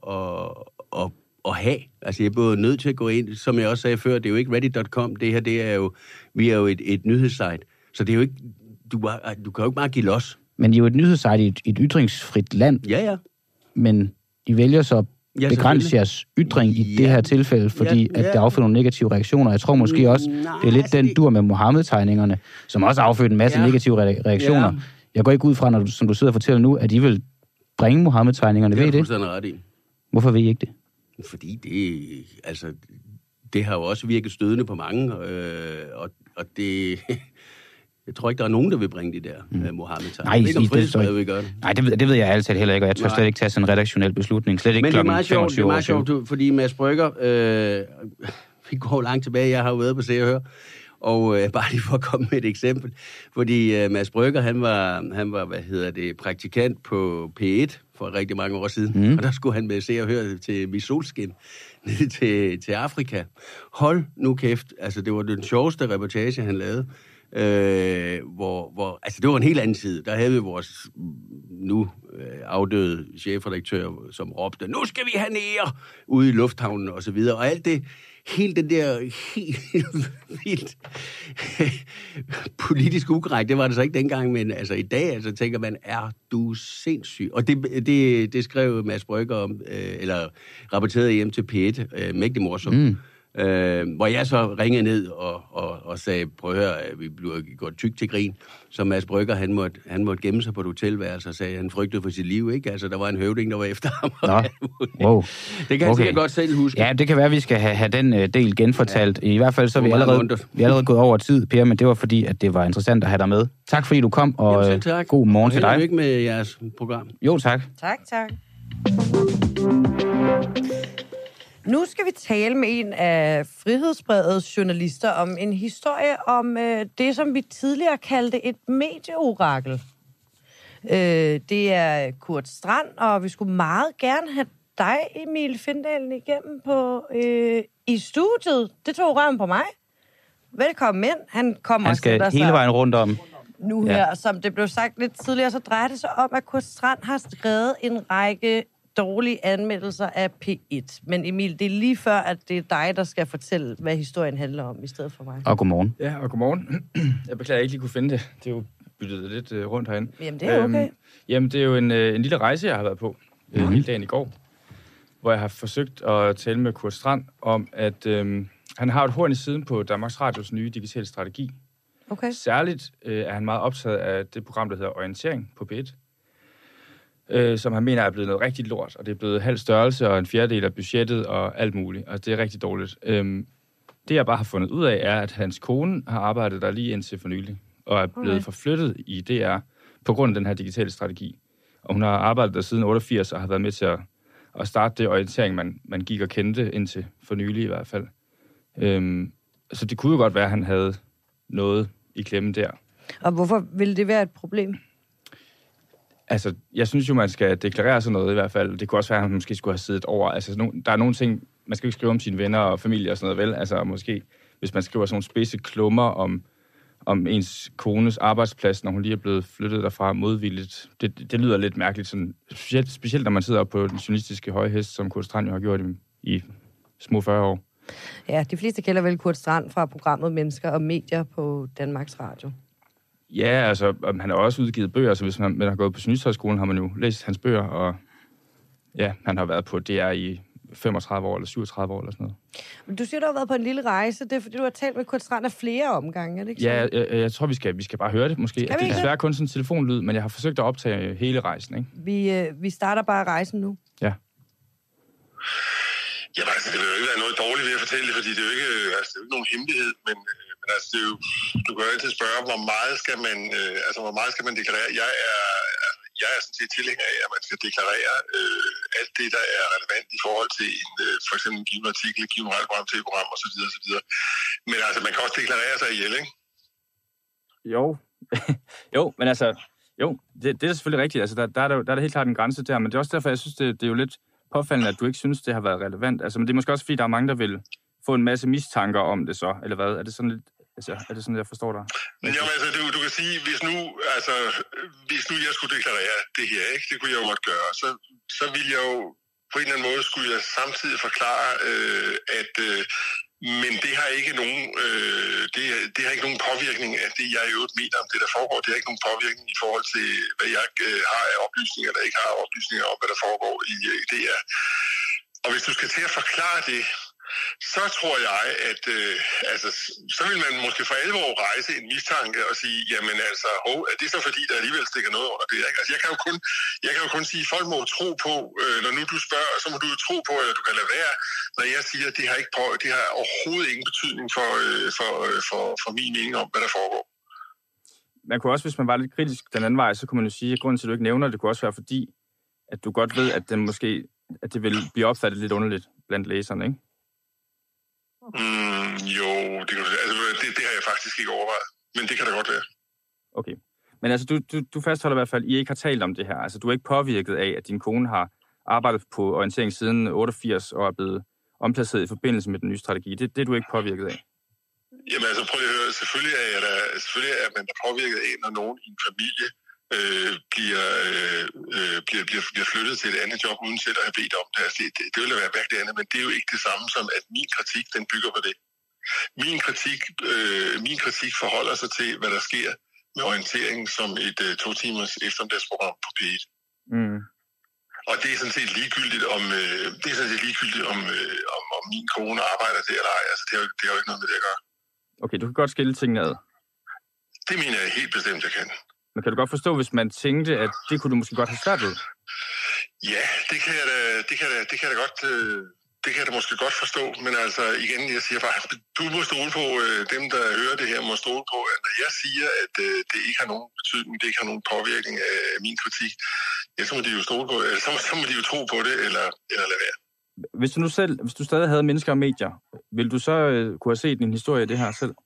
og have. Altså, jeg blev nødt til at gå ind, som jeg også sagde før, det er jo ikke ready.com, det her, vi er jo et nyhedssite, Så det er jo ikke... Du kan jo ikke bare give los. Men I er jo et nyhedssite i et ytringsfrit land. Ja. Men I vælger så at begrænse jeres ytring i det her tilfælde, fordi at det afføder nogle negative reaktioner. Jeg tror måske også, det er lidt den dur med Mohammed-tegningerne, som også affødte en masse negative reaktioner. Jeg går ikke ud fra, når som du sidder og fortæller nu, at I vil bringe Mohammed-tegningerne. Ved I det? Ret i. Hvorfor ved I ikke det? Fordi det har jo også virket stødende på mange, og det... Jeg tror ikke, der er nogen, der vil bringe det der Mohammed-tegninger. Nej, det ved jeg altid heller ikke, og jeg tør slet ikke tage sådan en redaktionel beslutning. Slet ikke klokken 25 år. Men det er meget sjovt, fordi Mads Brügger, vi går langt tilbage, jeg har jo været på Se og Hør, og bare lige for at komme med et eksempel, fordi Mads Brügger, han var praktikant på P1 for rigtig mange år siden, og der skulle han med Se og Hør til Miss Solskin, til Afrika. Hold nu kæft, altså det var den sjoveste reportage, han lavede. Altså det var en helt anden side. Der havde vi vores nu afdøde chefredaktør, som råbte, nu skal vi hernede ude i lufthavnen og så videre. Og alt det, helt den der helt vildt politisk ukorrekt, det var det så ikke dengang, men altså i dag, altså tænker man, er du sindssyg? Og det skrev Mads Brügger om, eller rapporterede hjem til P1, mægtig morsomt. Hvor jeg så ringede ned og sagde, prøv at høre, vi bliver gået tyk til grin. Så Mads Brügger, han måtte gemme sig på et hotelværelse og sagde, at han frygtede for sit liv, ikke? Altså, der var en høvding, der var efter ham. Wow. Det kan han sikkert godt selv huske. Ja, det kan være, at vi skal have den del genfortalt. I hvert fald så er vi allerede gået over tid, Per, men det var fordi, at det var interessant at have dig med. Tak fordi du kom, og god morgen til dig. Og held og lykke med jeres program. Jo, tak. Tak. Nu skal vi tale med en af Frihedsbredets journalister om en historie om det, som vi tidligere kaldte et medieorakel. Det er Kurt Strand, og vi skulle meget gerne have dig, Emil Findalen, igennem i studiet. Det tog røven på mig. Velkommen ind. Han skal hele vejen rundt om. Nu her, som det blev sagt lidt tidligere, så drejer det sig om, at Kurt Strand har skrevet en række dårlige anmeldelser af P1. Men Emil, det er lige før, at det er dig, der skal fortælle, hvad historien handler om, i stedet for mig. Og godmorgen. Ja, og godmorgen. Jeg beklager, jeg ikke lige kunne finde det. Det er jo byttet lidt rundt herinde. Jamen, det er okay. Jamen, det er jo en lille rejse, jeg har været på hele dagen i går, hvor jeg har forsøgt at tale med Kurt Strand om, at han har et horn i siden på Danmarks Radios nye digitale strategi. Okay. Særligt er han meget optaget af det program, der hedder Orientering på P1, som han mener er blevet noget rigtig lort, og det er blevet halv størrelse og en fjerdedel af budgettet og alt muligt, og det er rigtig dårligt. Det jeg bare har fundet ud af, er, at hans kone har arbejdet der lige indtil for nylig, og er blevet forflyttet i DR på grund af den her digitale strategi. Og hun har arbejdet der siden 88 og har været med til at starte det orientering, man gik og kendte indtil for nylig i hvert fald. Så det kunne jo godt være, at han havde noget i klemme der. Og hvorfor ville det være et problem? Altså, jeg synes jo, man skal deklarere sådan noget i hvert fald. Det kunne også være, at han måske skulle have siddet over. Altså, der er nogle ting, man skal ikke skrive om sine venner og familie og sådan noget, vel? Altså, måske, hvis man skriver sådan nogle spidse klummer om ens kones arbejdsplads, når hun lige er blevet flyttet derfra modvilligt. Det lyder lidt mærkeligt, sådan, specielt når man sidder på den journalistiske høje hest, som Kurt Strand jo har gjort i små 40 år. Ja, de fleste kender vel Kurt Strand fra programmet Mennesker og Medier på Danmarks Radio. Ja, altså, han har også udgivet bøger, så hvis man har gået på Journalisthøjskolen, har man jo læst hans bøger, og ja, han har været på DR i 35 år eller 37 år eller sådan noget. Du siger, du har været på en lille rejse. Det er, fordi du har talt med Kurt Strand af flere omgange, er det ikke så? Ja, jeg tror, vi skal bare høre det måske. Det er desværre kun sådan en telefonlyd, men jeg har forsøgt at optage hele rejsen, ikke? Vi starter bare rejsen nu. Ja. Jamen, altså, det vil jo ikke være noget dårligt ved at fortælle det, fordi det er jo ikke, det er jo ikke nogen hemmelighed, men altså, det er jo, du kan jo altid spørge, hvor meget skal man deklarere? Jeg er sådan set tilhænger af, at man skal deklarere alt det, der er relevant i forhold til for eksempel en given artikel, et given radioprogram, TV-program osv. Men altså, man kan også deklarere sig ihjel, ikke? Jo, men altså, det er selvfølgelig rigtigt. Altså, der er helt klart en grænse der, men det er også derfor, jeg synes, det er jo lidt påfaldende, at du ikke synes, det har været relevant. Altså, men det er måske også, fordi der er mange, der vil få en masse mistanker om det så, eller hvad? Er det sådan lidt... Altså, er det sådan, jeg forstår dig? Men jo, altså, du kan sige, hvis nu jeg skulle deklarere det her, ikke? Det kunne jeg jo godt gøre, så ville jeg jo på en eller anden måde skulle jeg samtidig forklare, at Men det har ikke nogen, det har ikke nogen påvirkning af det, jeg i øvrigt mener om det, der foregår. Det har ikke nogen påvirkning i forhold til, hvad jeg har af oplysninger, eller ikke har oplysninger om, hvad der foregår i DR. Og hvis du skal til at forklare det, så tror jeg, at så vil man måske for alvor rejse en mistanke og sige, jamen altså, er det så fordi, der alligevel stikker noget under det? Ikke? Altså, jeg kan jo kun sige, at folk må tro på, når nu du spørger, så må du jo tro på, eller du kan lade være, når jeg siger, at det har overhovedet ingen betydning for min mening om, hvad der foregår. Man kunne også, hvis man var lidt kritisk den anden vej, så kunne man jo sige, at grunden til, at du ikke nævner det, kunne også være fordi, at du godt ved, at det vil blive opfattet lidt underligt blandt læserne, ikke? Jo, det har jeg faktisk ikke overvejet, men det kan da godt være. Okay, men altså du fastholder i hvert fald, at I ikke har talt om det her. Altså du er ikke påvirket af, at din kone har arbejdet på orientering siden 88 og er blevet omplaceret i forbindelse med den nye strategi. Det er du ikke påvirket af? Jamen altså prøv at høre, selvfølgelig er man da påvirket af, når nogen i en familie bliver flyttet til et andet job, uden selv at have bedt om det. Altså, det vil da være virkelig andet, men det er jo ikke det samme som, at min kritik, den bygger på det. Min kritik forholder sig til, hvad der sker med orienteringen som et 2 timers eftermiddagsprogram på P1. Mm. Og det er sådan set ligegyldigt om min kone arbejder det eller ej. Altså, det har jo ikke noget med det at gøre. Okay, du kan godt skille tingene ad. Det mener jeg helt bestemt, jeg kan. Men kan du godt forstå, hvis man tænkte, at det kunne du måske godt have svært ved? Ja, det kan jeg da måske godt forstå, men altså igen, jeg siger bare, du må stole på, dem der hører det her, må stole på, at når jeg siger, at det ikke har nogen betydning, det ikke har nogen påvirkning af min kritik, ja, så må de jo stole på, eller så må de jo tro på det, eller lade være. Hvis du stadig havde mennesker og medier, ville du så kunne have set en historie af det her selv?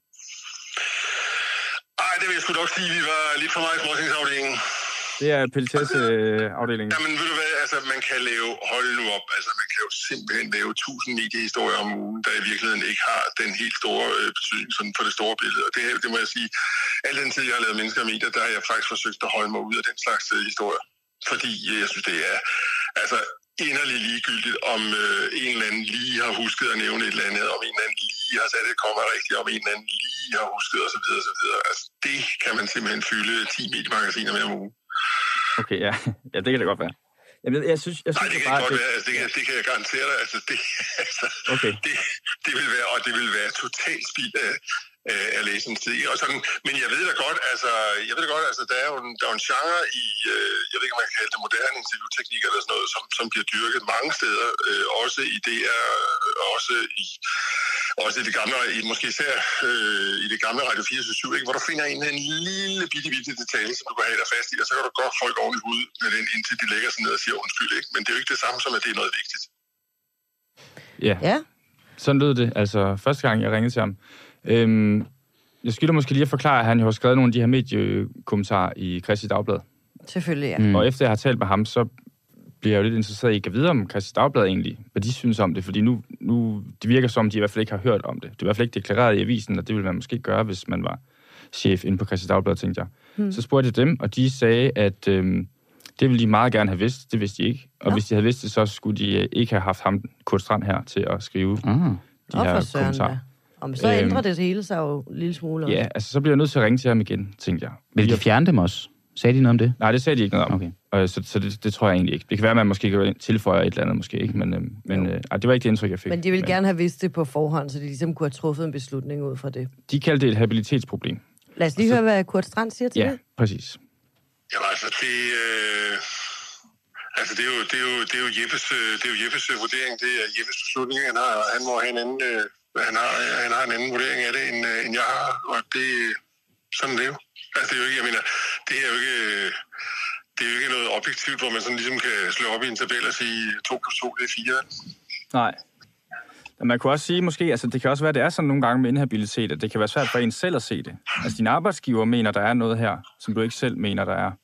Nej, det vil jeg sgu nok sige, vi var lidt for meget i forskningsafdelingen. Det er PTS-afdelingen. Jamen ved du hvad, altså man kan hold nu op, altså man kan jo simpelthen lave 1000 mediehistorier om ugen, der i virkeligheden ikke har den helt store betydning sådan for det store billede. Og det må jeg sige, al den tid jeg har lavet mennesker og medier, der har jeg faktisk forsøgt at holde mig ud af den slags historier. Fordi jeg synes, det er altså inderligt ligegyldigt, om en eller anden lige har husket at nævne et eller andet, om en eller anden lige har sat et komma rigtigt, om en eller anden lige har husket osv. Altså det kan man simpelthen fylde 10 mediemagasiner med om ugen. Okay, ja, det kan det godt være. Jeg synes nej, det kan bare, godt være. Altså, det kan jeg garantere dig. Altså, okay. det vil være totalt spild af læsens tid. Og sådan, men jeg ved da godt, der er jo en genre i, jeg ved ikke, om man kan kalde det moderne interviewteknik eller sådan noget, som bliver dyrket mange steder, også i DR, også i det gamle, måske især i det gamle Radio 24/7, ikke, hvor du finder en lille bitte detalje, som du kan have dig fast i, og så kan du godt folk oven i hovedet med den, indtil de lægger sig ned og siger undskyld, ikke? Men det er jo ikke det samme som, at det er noget vigtigt. Ja. Sådan lød det, altså første gang jeg ringede til ham. Jeg skylder måske lige at forklare, at han jo har skrevet nogle af de her mediekommentarer i Kristi Dagblad. Selvfølgelig, ja. Og efter jeg har talt med ham, så bliver jeg jo lidt interesseret i at vide om Kristi Dagblad egentlig, hvad de synes om det, fordi nu det virker som, de i hvert fald ikke har hørt om det. Det er i hvert fald ikke deklareret i avisen, og det ville man måske gøre, hvis man var chef inde på Kristi Dagblad, tænkte jeg. Så spurgte jeg dem, og de sagde, at det ville de meget gerne have vidst. Det vidste de ikke. Og hvis de havde vidst det, så skulle de ikke have haft ham, Kurt Strand, her til at skrive de her kommentarer. Om så ændrer det hele sig jo en lille smule. Ja, altså så bliver jeg nødt til at ringe til ham igen, tænkte jeg. Vil de fjerne dem også? Sagde de noget om det? Nej, det sagde de ikke noget om. Okay. Så det tror jeg egentlig ikke. Det kan være, at man måske kan tilføje et eller andet, måske ikke, men det var ikke det indtryk, jeg fik. Men de ville gerne have vidst det på forhånd, så de ligesom kunne have truffet en beslutning ud fra det. De kaldte det et habilitetsproblem. Lad os lige høre, hvad Kurt Strand siger til det. Ja, præcis. Ja, altså det er jo Jeppes vurdering. Det er Jeppes beslutning. Han må have en anden... Han har en anden vurdering af det, end jeg har, og det sådan det jo. Altså, det er jo ikke, jeg mener, det er jo ikke noget objektivt, hvor man sådan ligesom kan slå op i en tabel og sige 2 + 2 er 4. Nej. Men man kunne også sige måske, altså det kan også være, det er sådan nogle gange med inhabilitet, at det kan være svært for en selv at se det. Altså din arbejdsgiver mener, der er noget her, som du ikke selv mener, der er.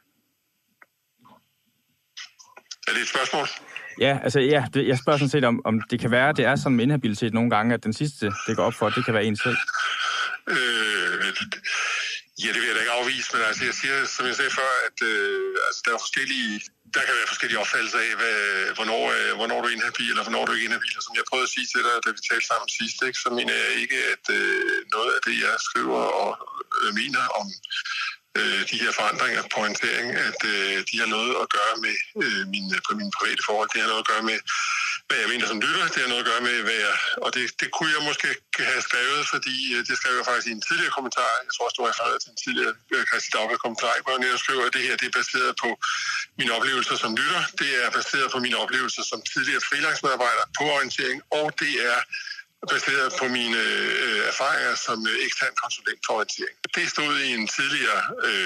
Er det et spørgsmål? Ja, altså jeg spørger sådan set om det kan være, det er sådan med inhabilitet nogle gange, at den sidste, det går op for, det kan være en selv. Ja, det vil jeg da ikke afvise, men altså, jeg siger, som jeg sagde før, at der kan være forskellige opfattelser af, hvornår du er inhabil, eller hvornår du ikke er inhabil. Og som jeg prøvede at sige til dig, da vi talte sammen sidst, ikke, så mener jeg ikke, at noget af det, jeg skriver og mener om de her forandringer på orientering, at de har noget at gøre med mine private forhold. Det har noget at gøre med, hvad jeg mener som lytter. Det har noget at gøre med, og det kunne jeg måske have skrevet, fordi det skrev jeg faktisk i en tidligere kommentar. Jeg tror også, du refererede til en tidligere Kristi Dagblad kommentar, hvor jeg netop skriver, at det her det er baseret på mine oplevelser som lytter. Det er baseret på mine oplevelser som tidligere freelance-medarbejder på orientering, og det er baseret på mine erfaringer som ekstern konsulent for orientering. Det stod i en tidligere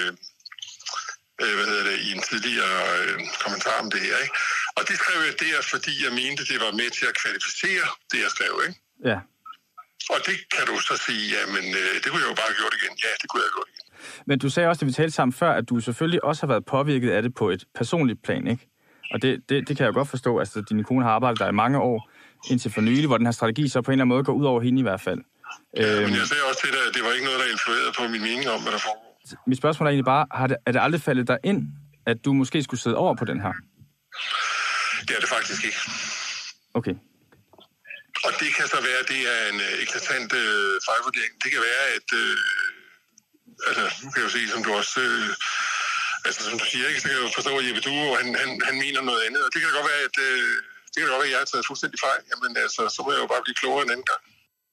kommentar om det her, ikke? Og det skrev jeg der, fordi jeg mente, det var med til at kvalificere det, jeg skrev, ikke? Ja. Og det kan du så sige, jamen, det kunne jeg jo bare have gjort igen. Ja, det kunne jeg have gjort igen. Men du sagde også, da vi talte sammen før, at du selvfølgelig også har været påvirket af det på et personligt plan, ikke? Og det kan jeg godt forstå. Altså, din kone har arbejdet der i mange år, indtil for nylig, hvor den her strategi så på en eller anden måde går ud over hende i hvert fald. Ja, men jeg sagde også til dig, at det var ikke noget, der influerede på min mening om, hvad der foregår. Mit spørgsmål er egentlig bare, er det aldrig faldet dig ind, at du måske skulle sidde over på den her? Det er det faktisk ikke. Okay. Og det kan så være, at det er en eklatant fejlvurdering. Det kan være, at nu kan jeg jo sige, som du også... som du siger, ikke, så kan jeg jo forstå, at Jeppe Due, han mener noget andet. Og det kan godt være, at jeg har taget fuldstændig fejl. Jamen altså, så må jeg jo bare blive klogere en anden gang.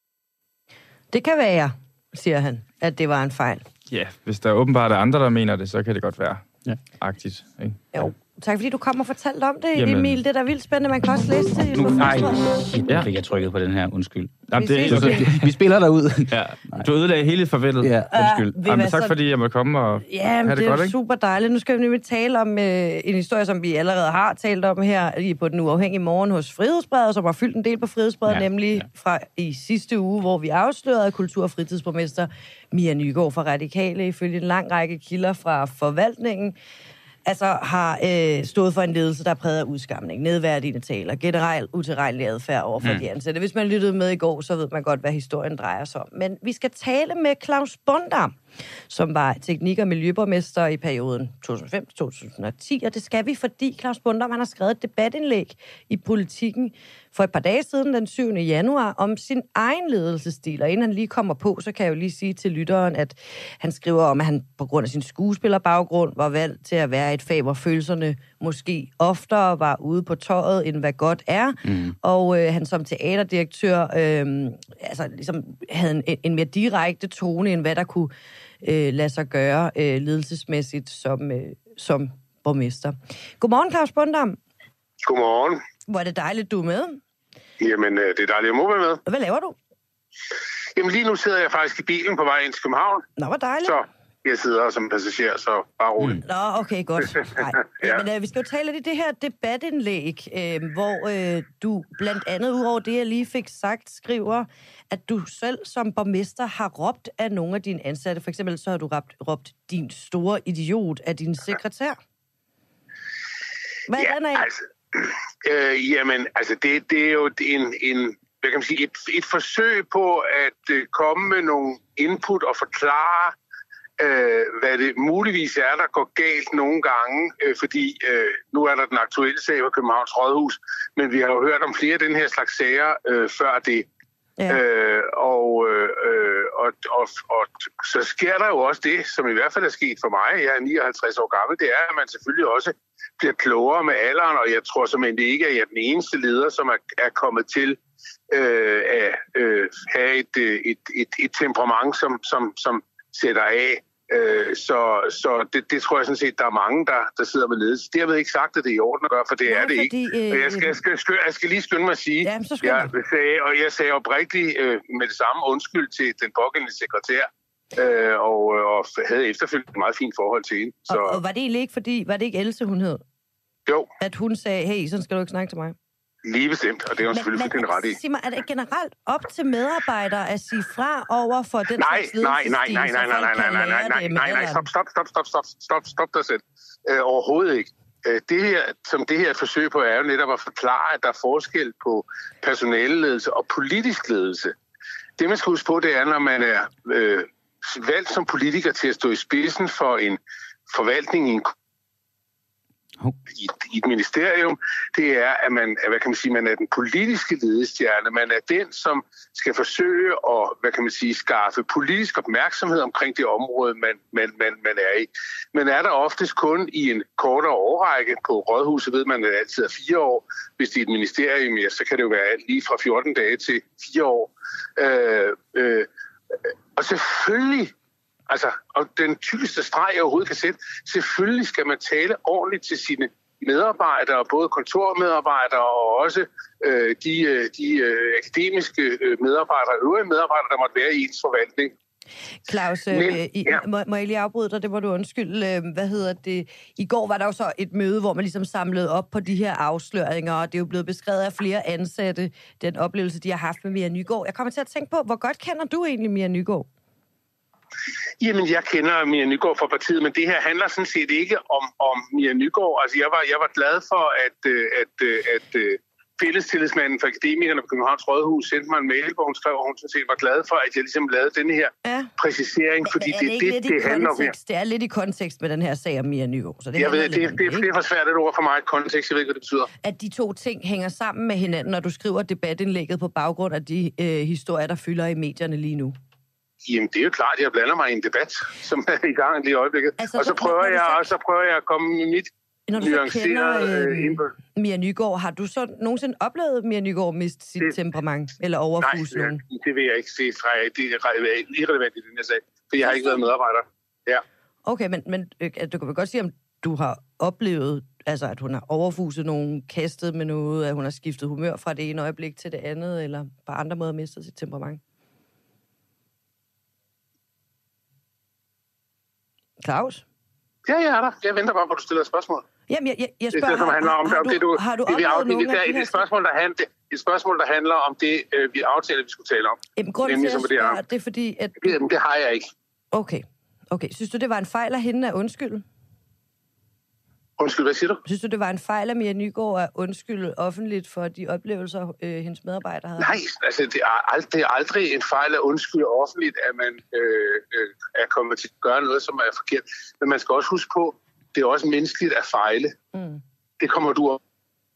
Det kan være, siger han, at det var en fejl. Ja, hvis der åbenbart er andre, der mener det, så kan det godt være. Ja. Agtigt, ikke? Jo. Tak fordi du kom og fortalte om det, jamen, Emil. Det er da vildt spændende. Man kan også læse det. Nu fik jeg trykket på den her. Undskyld. Jamen, vi spiller derud. Ja. Du ødelagde hele forventet. Ja. Undskyld. Jamen, tak fordi jeg måtte komme og have det godt, ikke? Super dejligt. Nu skal vi nemlig tale om en historie, som vi allerede har talt om her på Den Uafhængige Morgen hos Frihedsbrevet, som har fyldt en del på Frihedsbrevet, nemlig fra i sidste uge, hvor vi afslørede kultur- og fritidsborgmester Mia Nygaard fra Radikale, ifølge en lang række kilder fra forvaltningen, altså har stået for en ledelse, der er præget af udskamning, nedværdigende taler, generelt utilregnelig adfærd over for de ansatte. Hvis man lyttede med i går, så ved man godt, hvad historien drejer sig om. Men vi skal tale med Claus Bondam, som var teknik- og miljøborgmester i perioden 2005-2010, og det skal vi, fordi Claus Bondam han har skrevet et debatindlæg i Politikken for et par dage siden, den 7. januar, om sin egen ledelsesstil. Og inden han lige kommer på, så kan jeg jo lige sige til lytteren, at han skriver om, at han på grund af sin skuespillerbaggrund var valgt til at være et fag, hvor følelserne måske oftere var ude på tøjet, end hvad godt er. Og han som teaterdirektør ligesom havde en mere direkte tone, end hvad der kunne lade sig gøre ledelsesmæssigt som borgmester. Godmorgen, Claus Bondam. Godmorgen. Hvor er det dejligt, du er med. Jamen, det er dejligt, at må være med. Hvad laver du? Jamen, lige nu sidder jeg faktisk i bilen på vej ind til København. Nå, hvor dejligt. Så jeg sidder som passager, så bare roligt. Nå, okay, godt. Men vi skal jo tale lidt i det her debatindlæg, hvor du blandt andet, udover det, jeg lige fik sagt, skriver, at du selv som borgmester har råbt af nogle af dine ansatte. For eksempel så har du råbt din store idiot af din sekretær. Hvad er den af? Det er jo hvad kan man sige, et forsøg på at komme med nogle input og forklare, hvad det muligvis er, der går galt nogle gange, fordi nu er der den aktuelle sag på Københavns Rådhus, men vi har jo hørt om flere af den her slags sager før det. Ja. Og så sker der jo også det, som i hvert fald er sket for mig. Jeg er 59 år gammel. Det er, at man selvfølgelig også bliver klogere med alderen, og jeg tror simpelthen det ikke, at jeg er den eneste leder, som er kommet til at have et temperament, som sætter af. Så det tror jeg sådan set, der er mange, der sidder med ledelse. Det har jeg ikke sagt, at det er i orden at gøre, for det er det ikke. Og jeg skal lige skynde mig at sige, jeg sagde oprigtigt med det samme undskyld til den pågældende sekretær, og havde efterfølgende et meget fint forhold til hende. Så. Og var det egentlig ikke, fordi, var det ikke Else, hun hed? Jo. At hun sagde, hey, sådan skal du ikke snakke til mig? Lige bestemt, og det er hun selvfølgelig fuldstændig ret i. Sig mig, er det generelt op til medarbejdere at sige fra over for den slags ledelsesstil? Nej, stop dig selv. Overhovedet ikke. Det her forsøg på er jo netop at forklare, at der er forskel på personaleledelse og politisk ledelse. Det man skal huske på, det er, når man er valgt som politiker til at stå i spidsen for en forvaltning i et ministerium, det er, at man, hvad kan man sige, man er den politiske ledestjerne. Man er den, som skal forsøge at, hvad kan man sige, skaffe politisk opmærksomhed omkring det område, man er i. Men er der oftest kun i en kortere årrække på rådhuset, ved man, at det altid er 4 år. Hvis det er et ministerium, ja, så kan det jo være alt lige fra 14 dage til 4 år. Og selvfølgelig, altså, og den tydeligste streg, jeg overhovedet kan sætte, selvfølgelig skal man tale ordentligt til sine medarbejdere, både kontormedarbejdere og også de akademiske medarbejdere og øvrige medarbejdere, der måtte være i ens forvaltning. Claus, må jeg lige afbryde dig? Det må du undskylde. I går var der jo så et møde, hvor man ligesom samlede op på de her afsløringer, og det er jo blevet beskrevet af flere ansatte, den oplevelse, de har haft med Mia Nygård. Jeg kommer til at tænke på, hvor godt kender du egentlig Mia Nygård? Jamen, jeg kender Mia Nygård fra partiet, men det her handler sådan set ikke om Mia Nygård. Altså, jeg var glad for, at fællestillidsmanden for akademikerne på Københavns Rådhus sendte mig en mail, hvor hun skrev, at hun sådan set var glad for, at jeg ligesom lavede denne her præcisering, fordi det handler om her. Det er lidt i kontekst med den her sag om Mia Nygård. Så det jeg ved, det er for svært et ord for mig, kontekst, jeg ved ikke, hvad det betyder. At de to ting hænger sammen med hinanden, når du skriver debatindlægget på baggrund af de historier, der fylder i medierne lige nu. Jamen, det er jo klart, at jeg blander mig i en debat, som er i gang lige i øjeblikket. Altså, og så prøver jeg at komme med mit nuancerede Mia Nygård. Har du så nogensinde oplevet Mia Nygård miste sit temperament eller overfuse nogen? Nej, det vil jeg ikke se. Det er irrelevant i den her sag, for jeg har ikke været medarbejder. Ja. Okay, men du kan vel godt sige, om du har oplevet, altså at hun har overfuset nogen, kastet med noget, at hun har skiftet humør fra det ene øjeblik til det andet, eller på andre måder mistet sit temperament? Claus? Ja, jeg er der. Jeg venter bare på, at du stiller et spørgsmål. Jamen, jeg spørger, det, som handler om har du oplevet nogen af de her... Et spørgsmål, der handler om det, vi aftalte, vi skulle tale om. Jamen, grunden til, at jeg spørger, det er fordi, at... Jamen, det har jeg ikke. Okay. Synes du, det var en fejl af hende at undskylde? Undskyld, hvad siger du? Synes du, det var en fejl af Mia Nygård at undskylde offentligt for de oplevelser, hendes medarbejdere havde? Nej, altså det er aldrig en fejl at undskylde offentligt, at man er kommet til at gøre noget, som er forkert. Men man skal også huske på, det er også menneskeligt at fejle. Mm. Det kommer du op.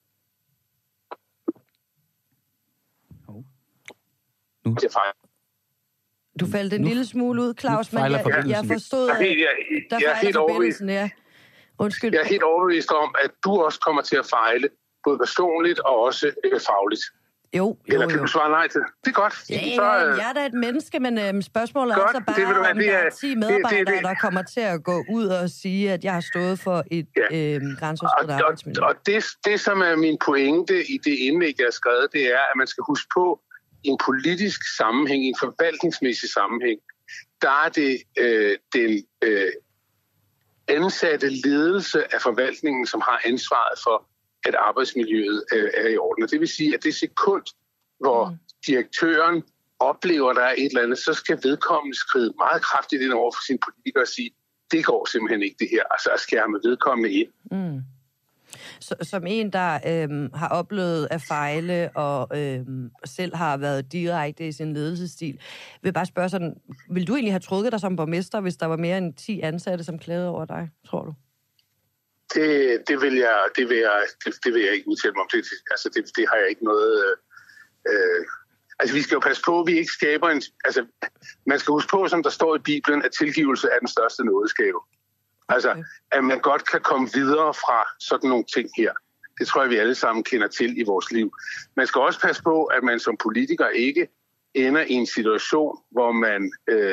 Nu. Du faldt en lille smule ud, Claus, men jeg forstod, at der fejler forbindelsen, ja. Undskyld. Jeg er helt overbevist om, at du også kommer til at fejle, både personligt og også fagligt. Jo. Eller kan du svare nej til? Det er godt. Jeg er da et menneske, men spørgsmålet er så bare, om der er 10 medarbejdere, der kommer til at gå ud og sige, at jeg har stået for et grænseoverskridende arbejdsmiljø. Og det, som er min pointe i det indlæg, jeg har skrevet, det er, at man skal huske på, i en politisk sammenhæng, i en forvaltningsmæssig sammenhæng, der er det den ansatte ledelse af forvaltningen, som har ansvaret for, at arbejdsmiljøet er i orden. Og det vil sige, at det sekund, hvor direktøren oplever, at der er et eller andet, så skal vedkommende skride meget kraftigt ind over for sine politikere og sige, det går simpelthen ikke det her, altså at skærme vedkommende ind. Mm. Som en, der har oplevet at fejle og selv har været direkte i sin ledelsesstil, vil bare spørge sådan, vil du egentlig have trukket dig som borgmester, hvis der var mere end 10 ansatte, som klagede over dig, tror du? Det vil jeg ikke udtale mig om. Det har jeg ikke noget... vi skal jo passe på, at vi ikke skaber en... Altså, man skal huske på, som der står i Bibelen, at tilgivelse er den største nådesgave. Altså, at man godt kan komme videre fra sådan nogle ting her. Det tror jeg, vi alle sammen kender til i vores liv. Man skal også passe på, at man som politiker ikke ender i en situation, hvor man...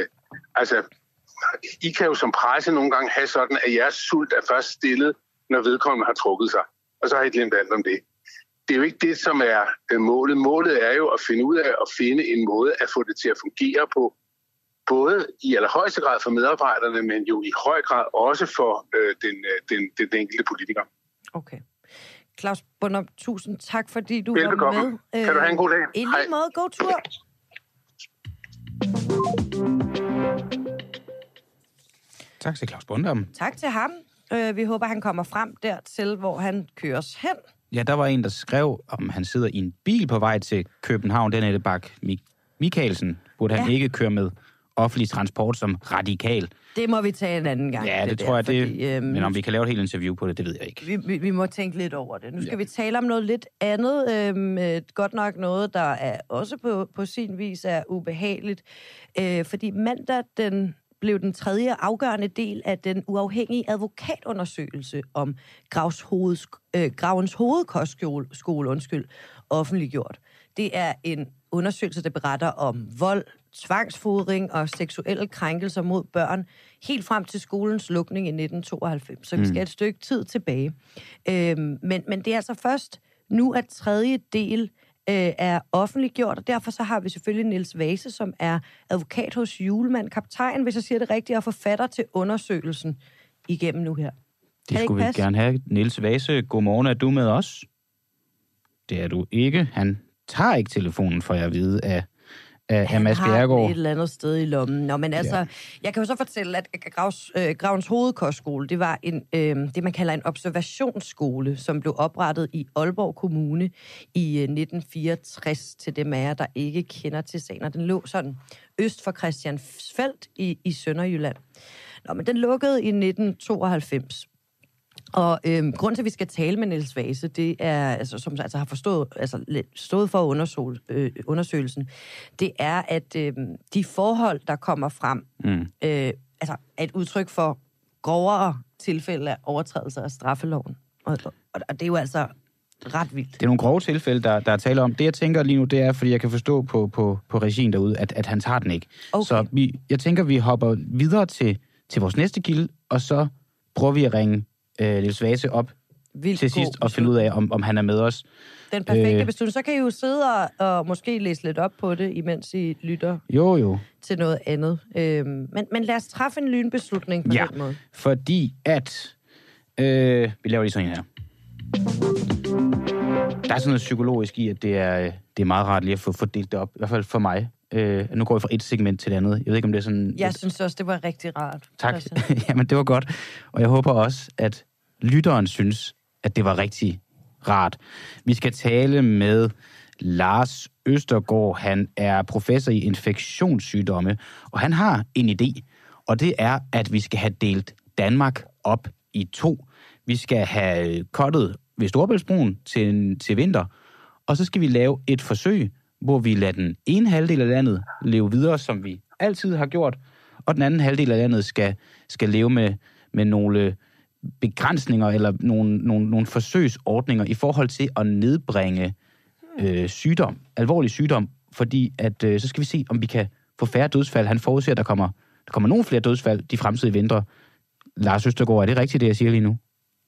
I kan jo som presse nogle gange have sådan, at jeres sult er først stillet, når vedkommende har trukket sig. Og så har I glemt alt om det. Det er jo ikke det, som er målet. Målet er jo at finde ud af at finde en måde at få det til at fungere på. Både i allerhøjeste grad for medarbejderne, men jo i høj grad også for den enkelte politiker. Okay. Claus Bonderup, tusind tak, fordi du Velbekomme. var med. Kan du have en god dag? I lige måde, god tur. Tak til Claus Bonderup. Tak til ham. Vi håber, han kommer frem dertil, hvor han køres hen. Ja, der var en, der skrev, om han sidder i en bil på vej til København. Den er det Bak Michaelsen, burde han ikke køre med. offentlig transport som radikal. Det må vi tage en anden gang. Ja, det tror jeg, men om vi kan lave et helt interview på det, det ved jeg ikke. Vi må tænke lidt over det. Nu skal vi tale om noget lidt andet. Godt nok noget, der er også på sin vis er ubehageligt. Fordi mandag blev den tredje afgørende del af den uafhængige advokatundersøgelse om Gravens Hovedkostskole offentliggjort. Det er en undersøgelse, der beretter om vold, tvangsfodring og seksuelle krænkelser mod børn, helt frem til skolens lukning i 1992. Så vi skal et stykke tid tilbage. Men det er altså først nu, at tredje del er offentliggjort, og derfor så har vi selvfølgelig Niels Vase, som er advokat hos Julemand, kaptajn, hvis jeg siger det rigtigt, og forfatter til undersøgelsen igennem nu her. Det skulle vi gerne have. Niels Vase, godmorgen, er du med os? Det er du ikke. Han tager ikke telefonen, for jeg vide af Mads Bjerregaard. Han har et eller andet sted i lommen. Nå, men altså, jeg kan jo så fortælle, at Gravens Hovedkostskole, det var det, man kalder en observationsskole, som blev oprettet i Aalborg Kommune i 1964 til dem af jer, der ikke kender til sagen. Og den lå sådan øst for Christiansfeld i Sønderjylland. Nå, men den lukkede i 1992. Og grunden til, at vi skal tale med Niels Vase, det er, altså, som altså har stået for undersøgelsen, det er, at de forhold, der kommer frem, er et udtryk for grovere tilfælde af overtrædelser af straffeloven. Og det er jo altså ret vildt. Det er nogle grove tilfælde, der er tale om. Det, jeg tænker lige nu, det er, fordi jeg kan forstå på regien derude, at han tager den ikke. Okay. Så jeg tænker, vi hopper videre til vores næste kilde, og så prøver vi at ringe Niels Vase op til sidst og finde ud af, om han er med os. Den perfekte beslutning. Så kan I jo sidde og måske læse lidt op på det, imens I lytter til noget andet. Men lad os træffe en lynbeslutning på den måde. Fordi at... vi laver lige sådan en her. Der er sådan noget psykologisk i, at det er meget rart lige at få delt det op. I hvert fald for mig. Nu går vi fra et segment til det andet. Jeg ved ikke, om det er sådan... Jeg synes også, det var rigtig rart. Tak. Jamen, det var godt. Og jeg håber også, at lytteren synes, at det var rigtig rart. Vi skal tale med Lars Østergaard. Han er professor i infektionssygdomme, og han har en idé. Og det er, at vi skal have delt Danmark op i 2. Vi skal have kottet ved Storebæltsbroen til vinter, og så skal vi lave et forsøg, hvor vi lader den ene halvdel af landet leve videre, som vi altid har gjort, og den anden halvdel af landet skal leve med nogle begrænsninger eller nogle forsøgsordninger i forhold til at nedbringe alvorlig sygdom, fordi at så skal vi se, om vi kan få færre dødsfald. Han forudser, at der kommer nogle flere dødsfald de fremtidige vintre. Lars Østergaard, er det rigtigt, det jeg siger lige nu?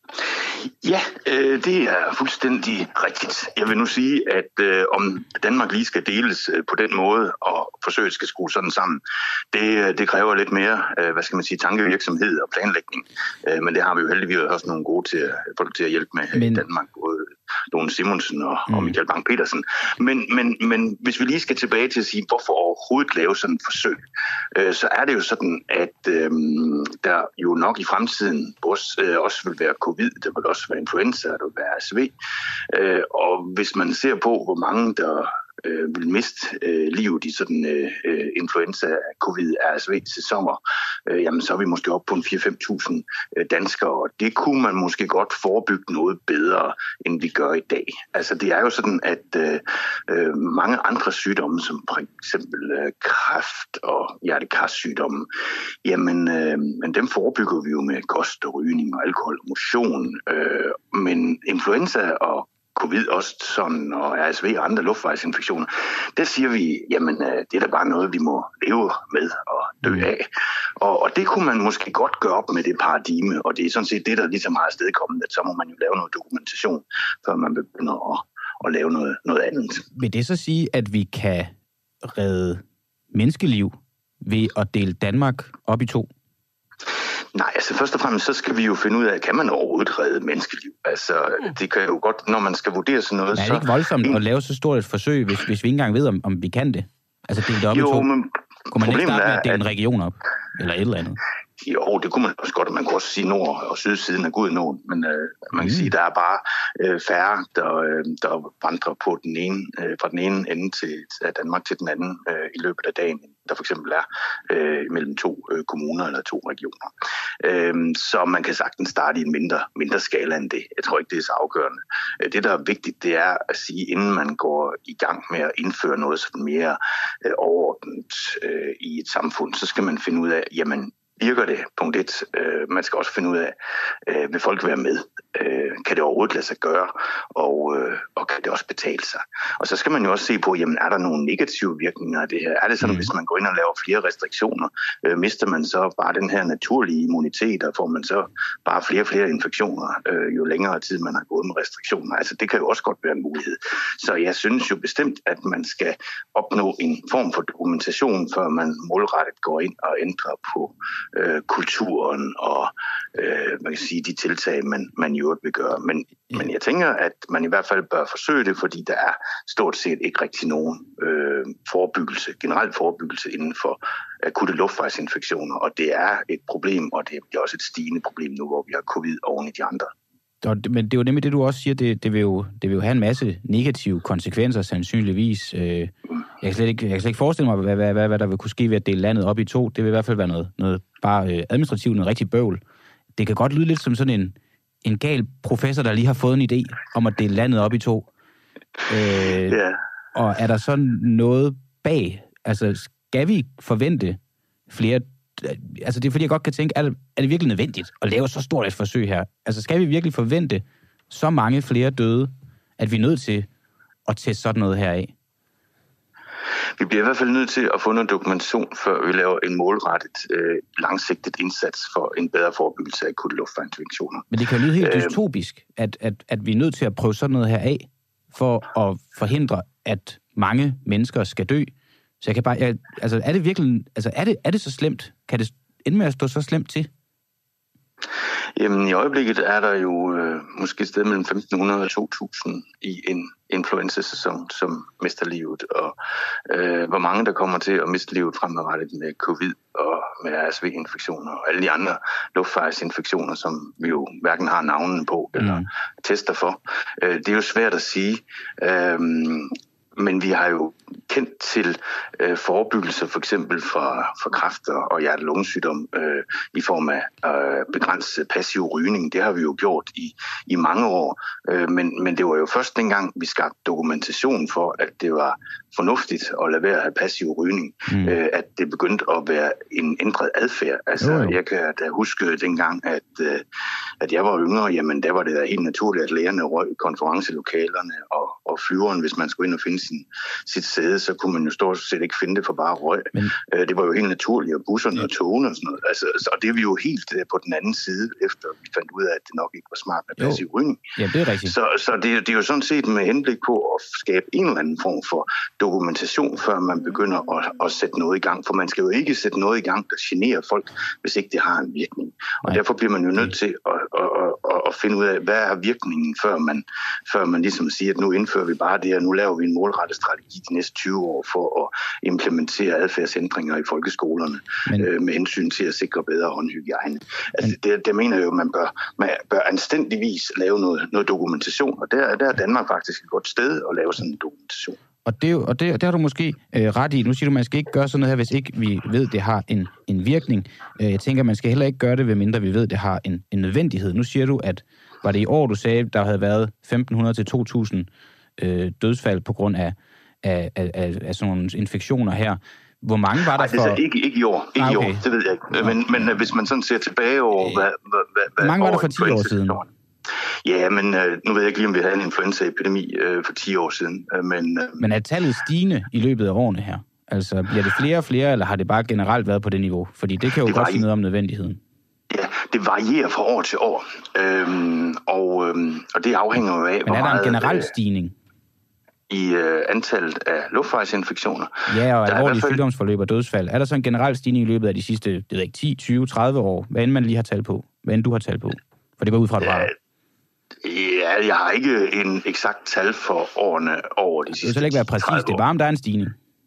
Ja, det er fuldstændig rigtigt. Jeg vil nu sige, at om Danmark lige skal deles på den måde, og forsøget skal skrues sådan sammen, det kræver lidt mere, tankevirksomhed og planlægning. Men det har vi jo heldigvis også nogle gode folk til at hjælpe med i Danmark, både Lone Simonsen og Michael Bang-Petersen. Men hvis vi lige skal tilbage til at sige, hvorfor overhovedet lave sådan et forsøg, så er det jo sådan, at der jo nok i fremtiden også vil være covid, der vil også være influenza, der vil være RSV. Og hvis man ser på, hvor mange der vil miste livet i sådan influenza, covid, RSV til sommer, jamen så er vi måske oppe på 4-5.000 danskere, og det kunne man måske godt forebygge noget bedre, end vi gør i dag. Altså det er jo sådan, at mange andre sygdomme, som for eksempel kræft og hjertekarsygdomme, jamen men dem forebygger vi jo med kost og rygning og alkohol og motion, men influenza og covid også sådan, og RSV og andre luftvejsinfektioner, der siger vi, jamen det er da bare noget, vi må leve med og dø af. Og det kunne man måske godt gøre op med det paradigme, og det er sådan set det, der ligesom har afstedkommet, at så må man jo lave noget dokumentation, før man begynder at lave noget andet. Vil det så sige, at vi kan redde menneskeliv ved at dele Danmark op i 2? Nej, altså først og fremmest, så skal vi jo finde ud af, kan man overhovedet redde menneskeliv? Altså, det kan jo godt, når man skal vurdere sådan noget, så... Er det ikke voldsomt at lave så stort et forsøg, hvis vi ikke engang ved, om vi kan det? Altså, dele det op i 2? Men kunne man ikke starte med at dele en region op? Eller et eller andet? Jo, det kunne man også godt, og man kunne også sige nord- og sydsiden af Gudenåen, men man kan sige, at der er bare færre, der vandrer på fra den ene ende af Danmark til den anden i løbet af dagen, der for eksempel er mellem 2 kommuner eller 2 regioner. Så man kan sagtens starte i en mindre skala end det. Jeg tror ikke, det er så afgørende. Det, der er vigtigt, det er at sige, inden man går i gang med at indføre noget sådan mere overordnet i et samfund, så skal man finde ud af, jamen, virker det? Punkt 1. Man skal også finde ud af, vil folk være med? Kan det overhovedet lade sig gøre? Og kan det også betale sig? Og så skal man jo også se på, jamen er der nogle negative virkninger af det her? Er det sådan, hvis man går ind og laver flere restriktioner, mister man så bare den her naturlige immunitet, og får man så bare flere infektioner, jo længere tid man har gået med restriktioner? Altså det kan jo også godt være en mulighed. Så jeg synes jo bestemt, at man skal opnå en form for dokumentation, før man målrettet går ind og ændrer på kulturen og man kan sige, de tiltag, man jo vil gøre. Men jeg tænker, at man i hvert fald bør forsøge det, fordi der er stort set ikke rigtig nogen generel forebyggelse inden for akutte luftvejsinfektioner, og det er et problem, og det er også et stigende problem nu, hvor vi har covid oven i de andre. Men det er jo nemlig det, du også siger, det vil jo have en masse negative konsekvenser, sandsynligvis. Jeg kan slet ikke forestille mig, hvad der vil kunne ske ved at dele landet op i 2. Det vil i hvert fald være noget bare administrativt, noget rigtig bøvl. Det kan godt lyde lidt som sådan en gal professor, der lige har fået en idé om at dele landet op i 2. Og er der sådan noget bag? Altså, skal vi forvente flere? Altså, det er fordi, jeg godt kan tænke, er det virkelig nødvendigt at lave så stort et forsøg her? Altså, skal vi virkelig forvente så mange flere døde, at vi er nødt til at teste sådan noget her af? Vi bliver i hvert fald nødt til at få noget dokumentation, før vi laver en målrettet, langsigtet indsats for en bedre forebyggelse af akutte luftvejsinfektioner. Men det kan jo lyde helt dystopisk, at vi er nødt til at prøve sådan noget her af, for at forhindre, at mange mennesker skal dø. Så jeg kan bare, er det virkelig, er det så slemt? Kan det ende med at stå så slemt til? Jamen, i øjeblikket er der jo måske et sted mellem 1.500 og 2.000 i en influenza-sæson, som mister livet, og hvor mange der kommer til at miste livet fremadrettet med covid og med RSV-infektioner og alle de andre luftvejsinfektioner, som vi jo hverken har navnene på eller tester for. Det er jo svært at sige, men vi har jo kendt til forebyggelse for eksempel for kræft og hjerte-lungesygdom i form af begrænset passiv rygning. Det har vi jo gjort i mange år, men det var jo først dengang, vi skabte dokumentation for, at det var fornuftigt at lade være at have passiv rygning, at det begyndte at være en ændret adfærd. Altså, jeg kan da huske dengang, at jeg var yngre, jamen der var det da helt naturligt, at lærerne røg i konferencelokalerne og flyveren, hvis man skulle ind og finde sit sæde, så kunne man jo stort set ikke finde det for bare røg. Det var jo helt naturligt, og busserne og togene og sådan noget. Altså, og det er vi jo helt på den anden side, efter vi fandt ud af, at det nok ikke var smart med passiv rygning. Ja, det er rigtigt. Så det er jo sådan set med henblik på at skabe en eller anden form for dokumentation, før man begynder at sætte noget i gang. For man skal jo ikke sætte noget i gang, der generer folk, hvis ikke det har en virkning. Og derfor bliver man jo nødt til at finde ud af, hvad er virkningen, før man ligesom siger, at nu indfører vi bare det, og nu laver vi en målrettet strategi de næste 20 år for at implementere adfærdsændringer i folkeskolerne med hensyn til at sikre bedre håndhygiejne. Altså, det mener jeg jo, man bør anstændigvis lave noget dokumentation, og der er Danmark faktisk et godt sted at lave sådan en dokumentation. Og det har du måske ret i. Nu siger du, at man skal ikke gøre sådan noget her, hvis ikke vi ved, det har en virkning. Jeg tænker, man skal heller ikke gøre det, ved mindre vi ved, det har en nødvendighed. Nu siger du, at var det i år, du sagde, der havde været 1.500 til 2.000 dødsfald på grund af sådan nogle infektioner her. Hvor mange var der for... Altså, ikke i år. Ikke i år, det ved jeg ikke. Men hvis man sådan ser tilbage over... Hvor mange var der for 10 år siden? Ja, men nu ved jeg ikke lige, om vi havde en influenzaepidemi for 10 år siden. Men er tallet stigende i løbet af årene her? Altså, bliver det flere og flere, eller har det bare generelt været på det niveau? Fordi det kan jo godt sige noget om nødvendigheden. Ja, det varierer fra år til år. Og det afhænger jo af, men er der en generel stigning? I antallet af luftvejsinfektioner. Ja, og alvorlige sygdomsforløb og dødsfald. Er der så en generel stigning i løbet af de sidste 10, 20, 30 år? Hvad end man lige har talt på? Hvad end du har talt på? For det går ud fra, at du har... Ja, jeg har ikke en eksakt tal for årene over de sidste 30 år. Det skal ikke være præcis. Det er bare, om der er en stigning.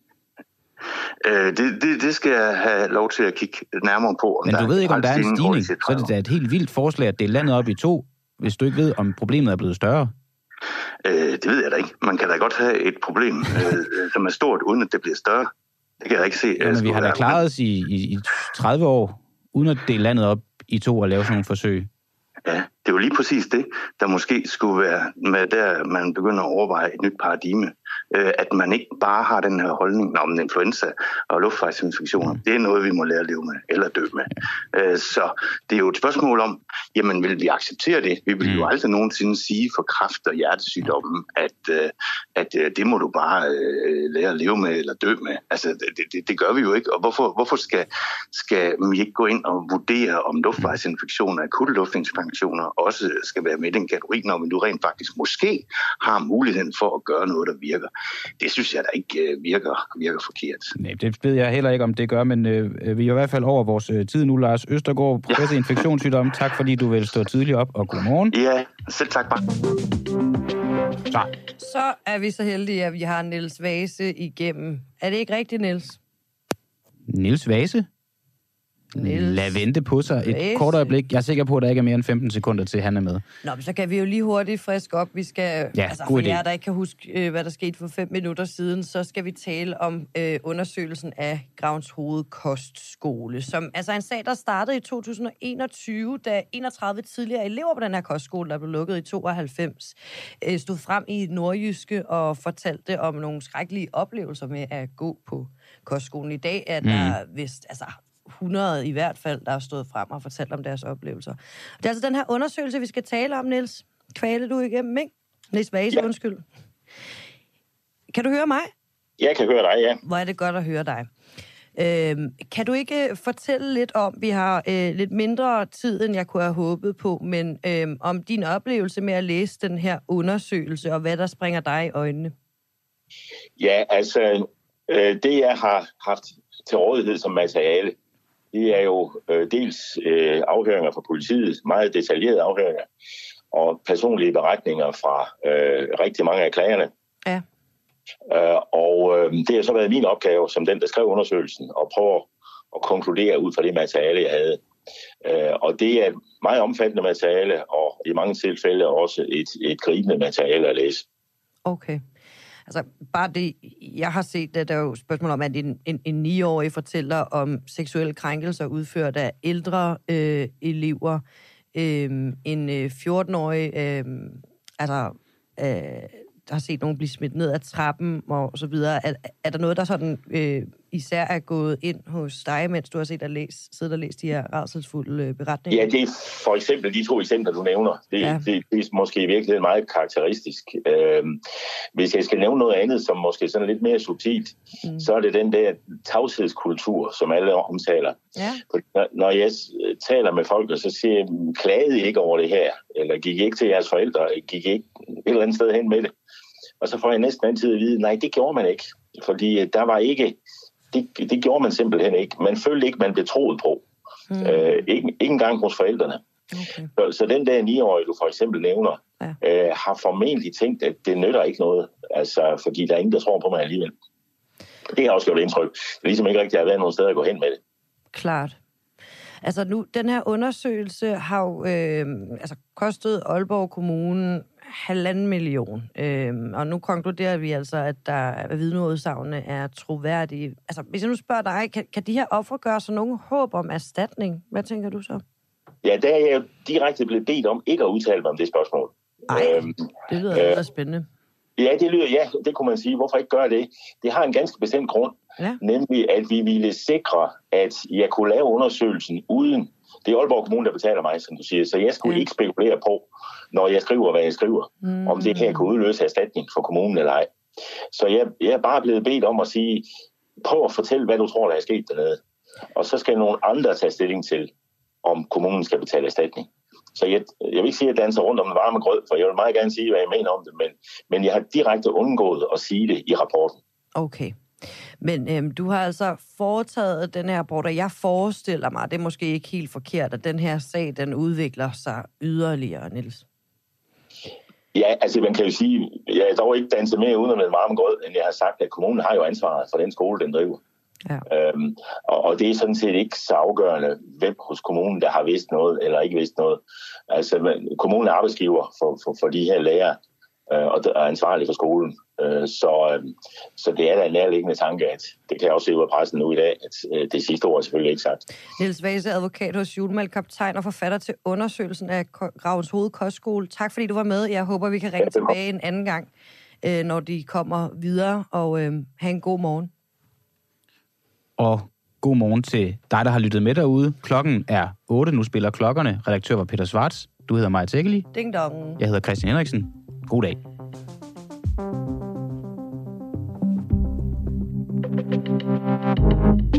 Det skal jeg have lov til at kigge nærmere på. Men du ved ikke, om der er en stigning. Så er det da et helt vildt forslag, at det er landet op i 2, hvis du ikke ved, om problemet er blevet større. Det ved jeg da ikke. Man kan da godt have et problem, som er stort, uden at det bliver større. Det kan jeg ikke se. Men vi har da klaret os i 30 år, uden at dele landet op i 2 og lave sådan nogle forsøg. Ja, det er jo lige præcis det, der måske skulle være med der, man begynder at overveje et nyt paradigme. At man ikke bare har den her holdning om influenza og luftvejsinfektioner. Det er noget, vi må lære at leve med eller dø med. Så det er jo et spørgsmål om, jamen vil vi acceptere det? Vi vil jo aldrig nogensinde sige for kræft og hjertesygdommen, at det må du bare lære at leve med eller dø med. Altså det gør vi jo ikke. Og hvorfor skal vi ikke gå ind og vurdere, om luftvejsinfektioner, akutte luftinfektioner også skal være med i den kategori, når vi nu rent faktisk måske har muligheden for at gøre noget, der virker. Det synes jeg da ikke virker forkert. Nej, det ved jeg heller ikke, om det gør, men vi er i hvert fald over vores tid nu. Lars Østergaard, professor i infektionssygdomme. Tak, fordi du vil stå tidligt op, og godmorgen. Ja, selv tak bare. Så er vi så heldige, at vi har Niels Vase igennem. Er det ikke rigtigt, Niels? Niels Vase? Lad vente på sig et kort øjeblik. Jeg er sikker på, at der ikke er mere end 15 sekunder til, han er med. Nå, så kan vi jo lige hurtigt friske op. Vi skal, for jer, der ikke kan huske, hvad der skete for 5 minutter siden, så skal vi tale om undersøgelsen af Gravens Hoved Kostskole, som altså en sag, der startede i 2021, da 31 tidligere elever på den her kostskole, der blev lukket i 92, stod frem i Nordjyske og fortalte om nogle skrækkelige oplevelser med at gå på kostskolen. I dag er der vist, 100 i hvert fald, der har stået frem og fortalt om deres oplevelser. Det er altså den her undersøgelse, vi skal tale om, Niels. Kvæle du igennem, ikke? Niels Vase, undskyld. Kan du høre mig? Jeg kan høre dig, ja. Hvor er det godt at høre dig. Kan du ikke fortælle lidt om, vi har lidt mindre tid, end jeg kunne have håbet på, men om din oplevelse med at læse den her undersøgelse, og hvad der springer dig i øjnene? Ja, altså, det jeg har haft til rådighed som materiale, det er jo dels afhøringer fra politiet, meget detaljerede afhøringer, og personlige beretninger fra rigtig mange af klagerne. Ja. Det har så været min opgave, som den, der skrev undersøgelsen, at prøve at konkludere ud fra det materiale, jeg havde. Og det er meget omfattende materiale, og i mange tilfælde også et gribende materiale at læse. Okay. Altså, bare det, jeg har set, der er jo spørgsmål om, at en 9-årig fortæller om seksuelle krænkelser udført af ældre elever. En 14-årig har set nogen blive smidt ned ad trappen og så videre. Er der noget, der sådan især er gået ind hos dig, mens du har siddet og læst de her rædselsfulde beretninger? Ja, det er for eksempel de 2 eksempler, du nævner. Det er måske i virkeligheden meget karakteristisk. Hvis jeg skal nævne noget andet, som måske sådan lidt mere subtilt, så er det den der tavshedskultur, som alle omtaler. Ja. Når jeg taler med folk, og så siger jeg, klagede I ikke over det her? Eller gik I ikke til jeres forældre? Gik I ikke et eller andet sted hen med det? Og så får jeg næsten altid at vide, nej, det gjorde man ikke. Fordi der var ikke, det gjorde man simpelthen ikke. Man følte ikke, man blev troet på. Ikke engang hos forældrene. Okay. Så den der 9-årige, du for eksempel nævner, har formentlig tænkt, at det nytter ikke noget. Altså, fordi der er ingen, der tror på mig alligevel. Det har også gjort indtryk. Det er ligesom ikke rigtigt, at jeg har været nogen steder at gå hen med det. Klart. Altså nu, den her undersøgelse har jo kostet Aalborg Kommune 1,5 million. Og nu konkluderer vi altså, at der vidneudsagnene er troværdige. Altså, hvis jeg nu spørger dig, kan de her ofre gøre sig nogen håb om erstatning? Hvad tænker du så? Ja, der er jeg jo direkte blevet bedt om ikke at udtale mig om det spørgsmål. Det lyder meget spændende. Ja, det kunne man sige. Hvorfor ikke gøre det? Det har en ganske bestemt grund. Ja. Nemlig, at vi ville sikre, at jeg kunne lave undersøgelsen uden. Det er Aalborg Kommune, der betaler mig, som du siger. Så jeg skulle ikke spekulere på, når jeg skriver, hvad jeg skriver, om det her kunne udløse erstatning for kommunen eller ej. Så jeg er bare blevet bedt om at sige, prøv at fortælle, hvad du tror, der er sket dernede. Og så skal nogle andre tage stilling til, om kommunen skal betale erstatning. Så jeg vil ikke sige, at jeg danser rundt om den varme grød, for jeg vil meget gerne sige, hvad jeg mener om det, men jeg har direkte undgået at sige det i rapporten. Okay. Men du har altså foretaget den her rapport, og jeg forestiller mig, det er måske ikke helt forkert, at den her sag, den udvikler sig yderligere, Niels. Ja, altså man kan jo sige, jeg er dog ikke danset mere uden om den varme grød, end jeg har sagt, at kommunen har jo ansvaret for den skole, den driver. Ja. Og det er sådan set ikke så afgørende, hvem hos kommunen, der har vidst noget eller ikke vidst noget. Altså kommunen er arbejdsgiver for de her lærere, og er ansvarlig for skolen. Så det er da en nærliggende tanke, at det kan jeg også se ud af pressen nu i dag, at det sidste ord er selvfølgelig ikke sagt. Niels Vase, advokat hos Julemærk, kaptajn og forfatter til undersøgelsen af Ravnshoved Kostskole. Tak fordi du var med. Jeg håber, vi kan ringe tilbage en anden gang, når de kommer videre, og have en god morgen. Og god morgen til dig, der har lyttet med derude. Klokken er 8, nu spiller klokkerne. Redaktør var Peter Schwartz. Du hedder Maja Tækkeli. Ding dong. Jeg hedder Christian Henriksen. God dag. Thank you.